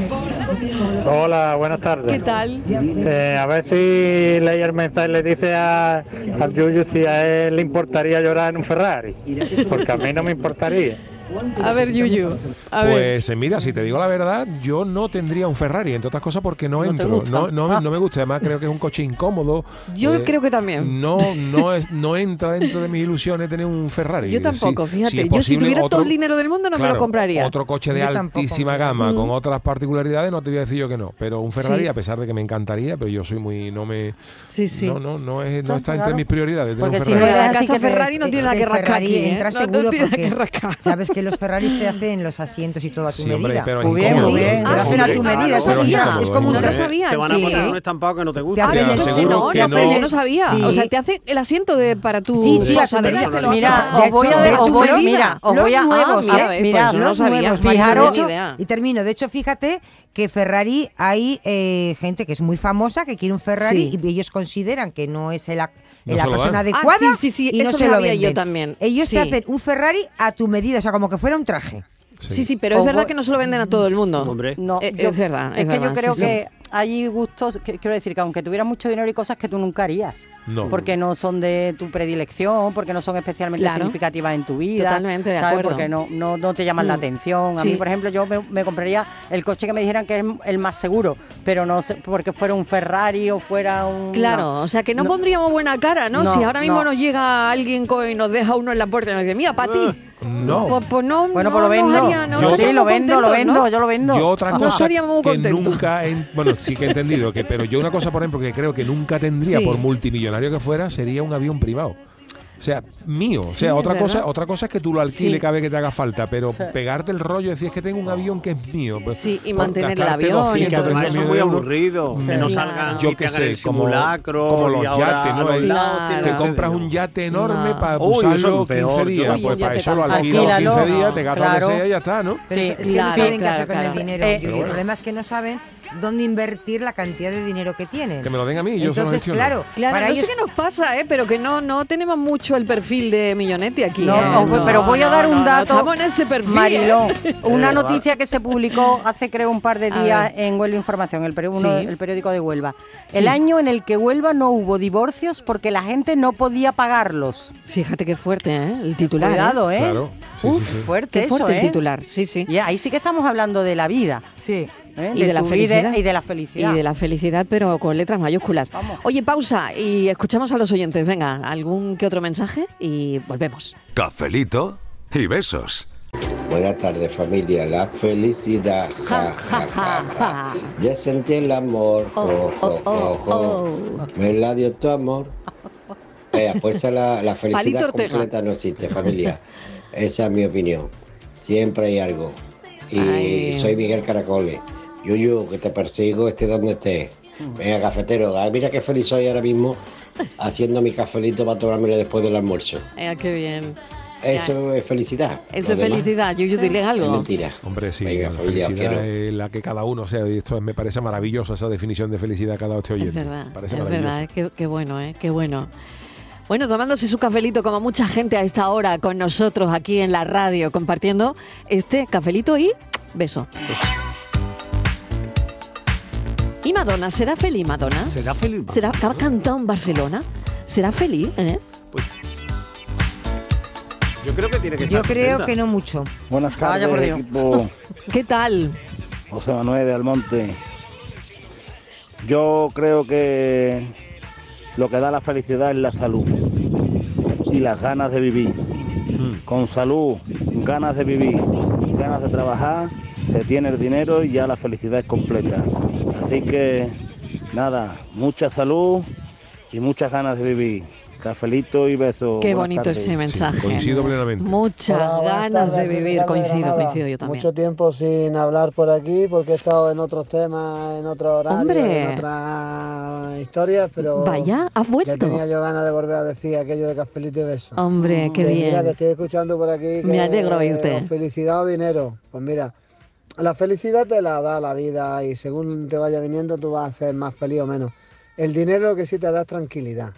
Hola, buenas tardes. ¿Qué tal? Eh, a ver si leí el mensaje y le dice a, al Yuyu si a él le importaría llorar en un Ferrari, porque a mí no me importaría. A ver, Yuyu. A pues ver. mira, si te digo la verdad, yo no tendría un Ferrari, entre otras cosas porque no, no entro. No, no, ah. no me gusta, además creo que es un coche incómodo. Yo eh, creo que también. No, no, es, no entra dentro de mis ilusiones tener un Ferrari. Yo tampoco, si, fíjate. Si yo posible, si tuviera otro, todo el dinero del mundo no claro, me lo compraría. Otro coche de yo altísima tampoco. gama, mm. con otras particularidades, no te voy a decir yo que no. Pero un Ferrari, sí. a pesar de que me encantaría, pero yo soy muy, no me, sí, sí. no, no, no, es, no está claro. entre mis prioridades. Porque un si Ferrari. no, la casa Ferrari no tiene nada que rascar aquí, ¿eh? Entra seguro porque sabes que los Ferraris te hacen los asientos y todo a tu sí, medida. Hombre, pero muy bien, muy bien. Te lo hacen a tu medida, eso sí, es como un no lo sabía. Te van a poner un estampado que no te gusta. Te hacen el no, no, no, yo no sabía. Sí. O sea, te hace el asiento de para tu sí, sí, cosa de mira, os voy a os voy mira, os voy a nuevos, mira, no sabía, fijaros y termino. De hecho, fíjate que Ferrari hay eh, gente que es muy famosa que quiere un Ferrari sí. y ellos consideran que no es el no la persona dan. adecuada ah, sí, sí, sí, y no eso se lo sabía venden. Yo también. Ellos sí. te hacen un Ferrari a tu medida, o sea, como que fuera un traje. Sí, sí, sí pero o es verdad que no se lo venden a todo el mundo. Hombre. No, eh, yo, es verdad. Es, es que verdad, yo creo sí, que sí. hay gustos, que, quiero decir que aunque tuvieras mucho dinero y cosas que tú nunca harías. No. Porque no son de tu predilección, porque no son especialmente claro. significativas en tu vida. Totalmente, de ¿sabes? acuerdo. Porque no, no, no te llaman mm. la atención. A sí. mí, por ejemplo, yo me, me compraría el coche que me dijeran que es el más seguro, pero no sé, porque fuera un Ferrari o fuera un... Claro, no. o sea, que no, no pondríamos buena cara, ¿no? no si ahora mismo no. nos llega alguien y nos deja uno en la puerta y nos dice, mira, para ti. No. Pues, pues no, bueno, no, pues lo vendo. No haría, no, yo no sí, lo vendo, lo vendo, ¿no? yo lo vendo. Yo otra cosa no estaríamos muy que contentos. nunca, he, bueno, sí que he entendido, que, pero yo una cosa, por ejemplo, que creo que nunca tendría, sí. por multimillonario que fuera, sería un avión privado. O sea, mío. O sea, sí, otra cosa, otra cosa es que tú lo alquiles sí. cada vez que te haga falta, pero sí. pegarte el rollo y decir es que tengo un avión que es mío. Pues, sí, y mantener el avión. Y que además es muy aburrido. Sí. Que no salgan yo y que te hagan sé, el simulacro. Como, como los yates, ¿no? El, claro. Te compras un yate enorme no. para Uy, usarlo peor, quince días. Uy, pues para eso lo alquilo quince días, te gastas claro. lo que sea y ya está, ¿no? Pero sí, es que claro, no saben claro, qué hacer claro. con el dinero. Eh, y el problema es que no saben dónde invertir la cantidad de dinero que tienen. Que me lo den a mí, yo Entonces, se lo gestiono. claro, claro para no ellos... sé qué nos pasa, ¿eh? Pero que no, no tenemos mucho el perfil de Millonetti aquí. No, ¿eh? no, no, pero voy a dar no, un no, dato. No, estamos en ese perfil. Mariló, una eh, noticia que se publicó hace creo un par de días en Huelva Información, el, periódico, sí. el periódico de Huelva. Sí. El año en el que Huelva no hubo divorcios porque la gente no podía pagarlos. Fíjate qué fuerte, ¿eh? El titular. Cuidado, ¿eh? Claro. Sí, Uf, sí, sí. fuerte qué eso, fuerte ¿eh? el titular, sí, sí. Y ahí sí que estamos hablando de la vida. Sí. ¿eh? Y de, de la tu vida felicidad. y de la felicidad. Y de la felicidad, pero con letras mayúsculas. Vamos. Oye, pausa y escuchamos a los oyentes. Venga, algún que otro mensaje y volvemos. Cafelito y besos. Buenas tardes, familia. La felicidad, ja, ja, ja, ja. Ya sentí el amor, oh, oh, oh, oh. Me la dio tu amor. Eh, pues esa la, la felicidad completa no existe, familia. Esa es mi opinión. Siempre hay algo. Y Ay. soy Miguel Caracoles. Yuyu, que te persigo, esté donde estés. Venga, cafetero. Ay, mira qué feliz soy ahora mismo haciendo mi cafelito para tomármelo después del almuerzo. Eh, qué bien. Eso es felicidad. Eso es felicidad. Yuyu, dile algo. Es mentira. Hombre, sí. Venga, la familia, felicidad es la que cada uno, o sea, esto me parece maravilloso, esa definición de felicidad cada este oyente. Es verdad, parece es maravilloso. verdad, qué, qué bueno, ¿eh? Qué bueno. Bueno, tomándose su cafelito como mucha gente a esta hora con nosotros aquí en la radio, compartiendo este cafelito y beso. ¿Y Madonna? ¿Será feliz Madonna? ¿Será feliz? ¿Será, ¿Ha cantado en Barcelona? ¿Será feliz? ¿Eh? Pues, yo creo que tiene que Yo estar creo contenta. que no mucho. Buenas tardes, Vaya por Dios. equipo. ¿Qué tal? José Manuel de Almonte. Yo creo que lo que da la felicidad es la salud y las ganas de vivir. Con salud, ganas de vivir, ganas de trabajar, se tiene el dinero y ya la felicidad es completa. Así que, nada, mucha salud y muchas ganas de vivir. Cafelito y besos. Qué Buenas bonito tardes. ese mensaje. Sí, coincido plenamente. Muchas Hola, buenas ganas tardes, de vivir. soy Coincido, Granada. coincido yo también. Mucho tiempo sin hablar por aquí porque he estado en otros temas, en otros horarios, Hombre. en otras historias, pero Vaya, has ya vuelto. tenía yo ganas de volver a decir aquello de cafelito y beso. Hombre, qué Que bien. Mira, que estoy escuchando por aquí que Me alegro oírte. felicidad o dinero. Pues mira, la felicidad te la da la vida y según te vaya viniendo tú vas a ser más feliz o menos. El dinero lo que sí te da es tranquilidad.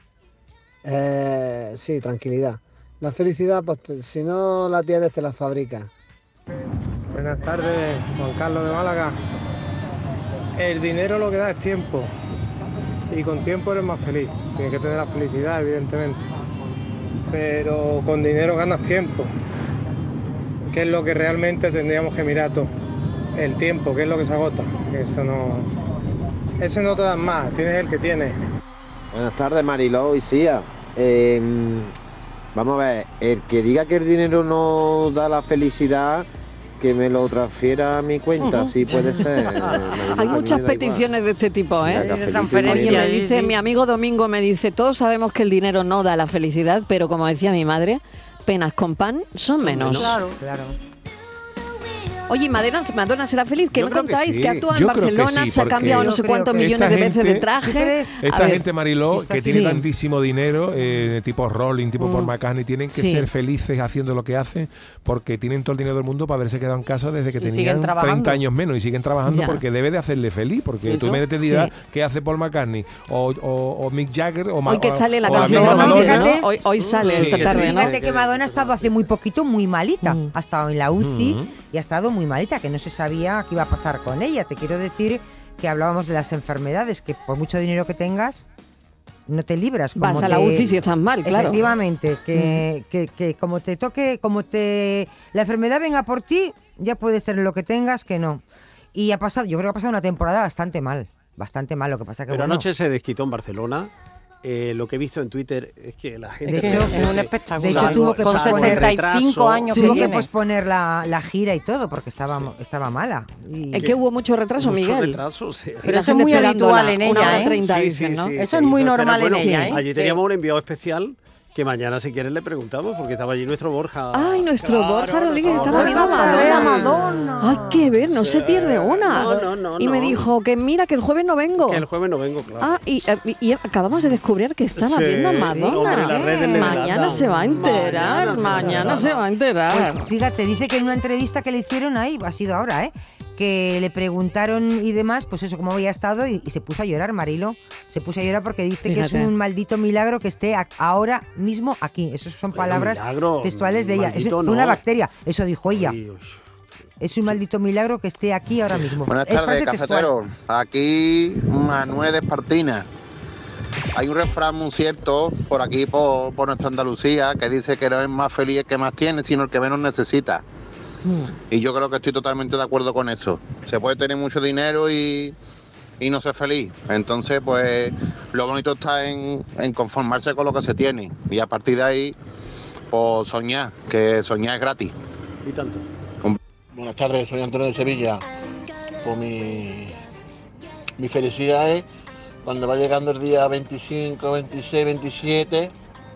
Eh, sí, tranquilidad. La felicidad, pues te- si no la tienes, te la fabricas. Buenas tardes, Juan Carlos de Málaga. El dinero lo que da es tiempo. Y con tiempo eres más feliz. Tienes que tener la felicidad, evidentemente. Pero con dinero ganas tiempo. Que es lo que realmente tendríamos que mirar todo. El tiempo, que es lo que se agota. Que eso no. Ese no te dan más, tienes el que tienes. Buenas tardes, Mariló y Sia. Eh, vamos a ver, el que diga que el dinero no da la felicidad, que me lo transfiera a mi cuenta, sí puede ser. Hay muchas peticiones de este tipo, ¿eh? Mira, cafelito y Oye, besos. me dice, mi amigo Domingo me dice, todos sabemos que el dinero no da la felicidad, pero como decía mi madre, penas con pan son menos. Claro, claro. Oye, Madonna, Madonna será feliz. ¿Qué Yo me creo que contáis? sí. Que actúa en Yo creo que Barcelona, sí, se ha porque cambiado no sé Yo creo cuántos que millones esta de veces de gente- traje. Esta A ver, gente, Mariló, si está que así. tiene Sí. tantísimo dinero, eh, tipo Rolling, tipo Mm. Paul McCartney, tienen que Sí. ser felices haciendo lo que hacen porque tienen todo el dinero del mundo para haberse quedado en casa desde que Y siguen tenían trabajando. treinta años menos y siguen trabajando Ya. porque debe de hacerle feliz. Porque tú Eso. me dirás Sí. qué hace Paul McCartney o, o, o Mick Jagger o Ma- Hoy que o- sale la o canción de misma Madonna, Madonna, fíjate. ¿no? Hoy, hoy sale Sí, esta tarde, ¿no? Fíjate que Madonna ha estado hace muy poquito muy malita. Mm. Ha estado en la U C I Mm. y ha estado muy malita, que no se sabía qué iba a pasar con ella. Te quiero decir que hablábamos de las enfermedades, que por mucho dinero que tengas, no te libras. Vas como a la te- U C I si estás mal, claro. Efectivamente, que, que, que como te toque, como te la enfermedad venga por ti, ya puedes tener lo que tengas, que no. Y ha pasado, yo creo que ha pasado una temporada bastante mal, bastante mal. Lo que pasa que Pero bueno, anoche se desquitó en Barcelona. Eh, lo que he visto en Twitter es que la gente... De hecho, es un espectáculo. de hecho, tuvo que Con posponer- sesenta y cinco años que tuvo que tiene. posponer la, la gira y todo porque estaba, estaba mala. Y- Es que hubo mucho retraso, Mucho Miguel. retraso, sí. Y Pero la eso es gente muy esperándola, habitual en una ella, hora ¿eh? treinta, Sí, dicen, sí, ¿no? sí, Eso sí. es muy Pero normal en bueno, ella, ¿eh? Allí teníamos un enviado especial que mañana, si quieres, le preguntamos, porque estaba allí nuestro Borja. Ay, nuestro Claro, Borja Rodríguez nuestro estaba Borja. viendo a Vamos a ver a Madonna. Madonna. Hay que ver, no se pierde una. No, no, no, y me no. dijo que mira que el jueves no vengo. Que el jueves no vengo, claro. Ah, y, eh, y acabamos de descubrir que estaba Sí, viendo a sí, Madonna. hombre, las redes le Mañana delatan. se va a enterar, Mañana se mañana va. se va a enterar. Pues fíjate, dice que en una entrevista que le hicieron ahí, ha sido ahora, ¿eh? Que le preguntaron y demás, pues eso, cómo había estado, y, y se puso a llorar, Marilo. Se puso a llorar porque dice que Fíjate. es un maldito milagro que esté a- ahora mismo aquí. Esas son Bueno, palabras milagro, textuales de ella. Es maldito fue una no. bacteria, eso dijo ella. Uy, uy. Es un maldito milagro que esté aquí ahora mismo. Buenas Es tardes, frase textual. cafetero. Aquí Manuel de Espartina. Hay un refrán muy cierto por aquí, por, por nuestra Andalucía, que dice que no es más feliz el que más tiene, sino el que menos necesita. Y yo creo que estoy totalmente de acuerdo con eso. Se puede tener mucho dinero y, y no ser feliz. Entonces, pues, lo bonito está en, en conformarse con lo que se tiene. Y a partir de ahí, pues, soñar, que soñar es gratis. Y tanto. Buenas tardes, soy Antonio de Sevilla. Pues mi, mi felicidad es cuando va llegando el día veinticinco, veintiséis, veintisiete,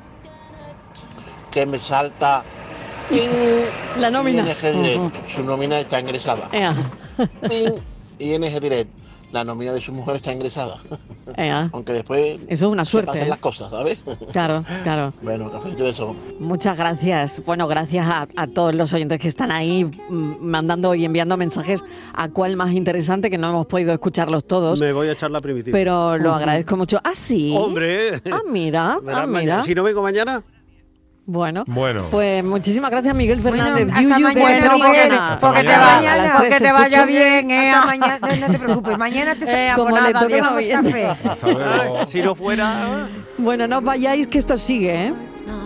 que me salta ¡ping! La nómina. I N G Direct, uh-huh. Su nómina está ingresada. Ea. ¡Ping! I N G Direct, la nómina de su mujer está ingresada. Ea. Aunque después eso es una se suerte, pasen ¿eh? las cosas, ¿sabes? Claro, claro. Bueno, café y eso. Muchas gracias. Bueno, gracias a, a todos los oyentes que están ahí mm, mandando y enviando mensajes a cuál más interesante, que no hemos podido escucharlos todos. Me voy a echar la primitiva. Pero lo agradezco mucho. Ah, sí. Hombre. Ah, mira. Ah, mira. Si no vengo mañana. Bueno, bueno, pues muchísimas gracias, Miguel Fernández. Bueno, hasta mañana, Miguel. Porque te vaya, porque te vaya bien, eh. Hasta mañana, no, no te preocupes, mañana te eh, como pues le nada, tomamos bien. café. Si no fuera. Bueno, no os vayáis, que esto sigue, ¿eh?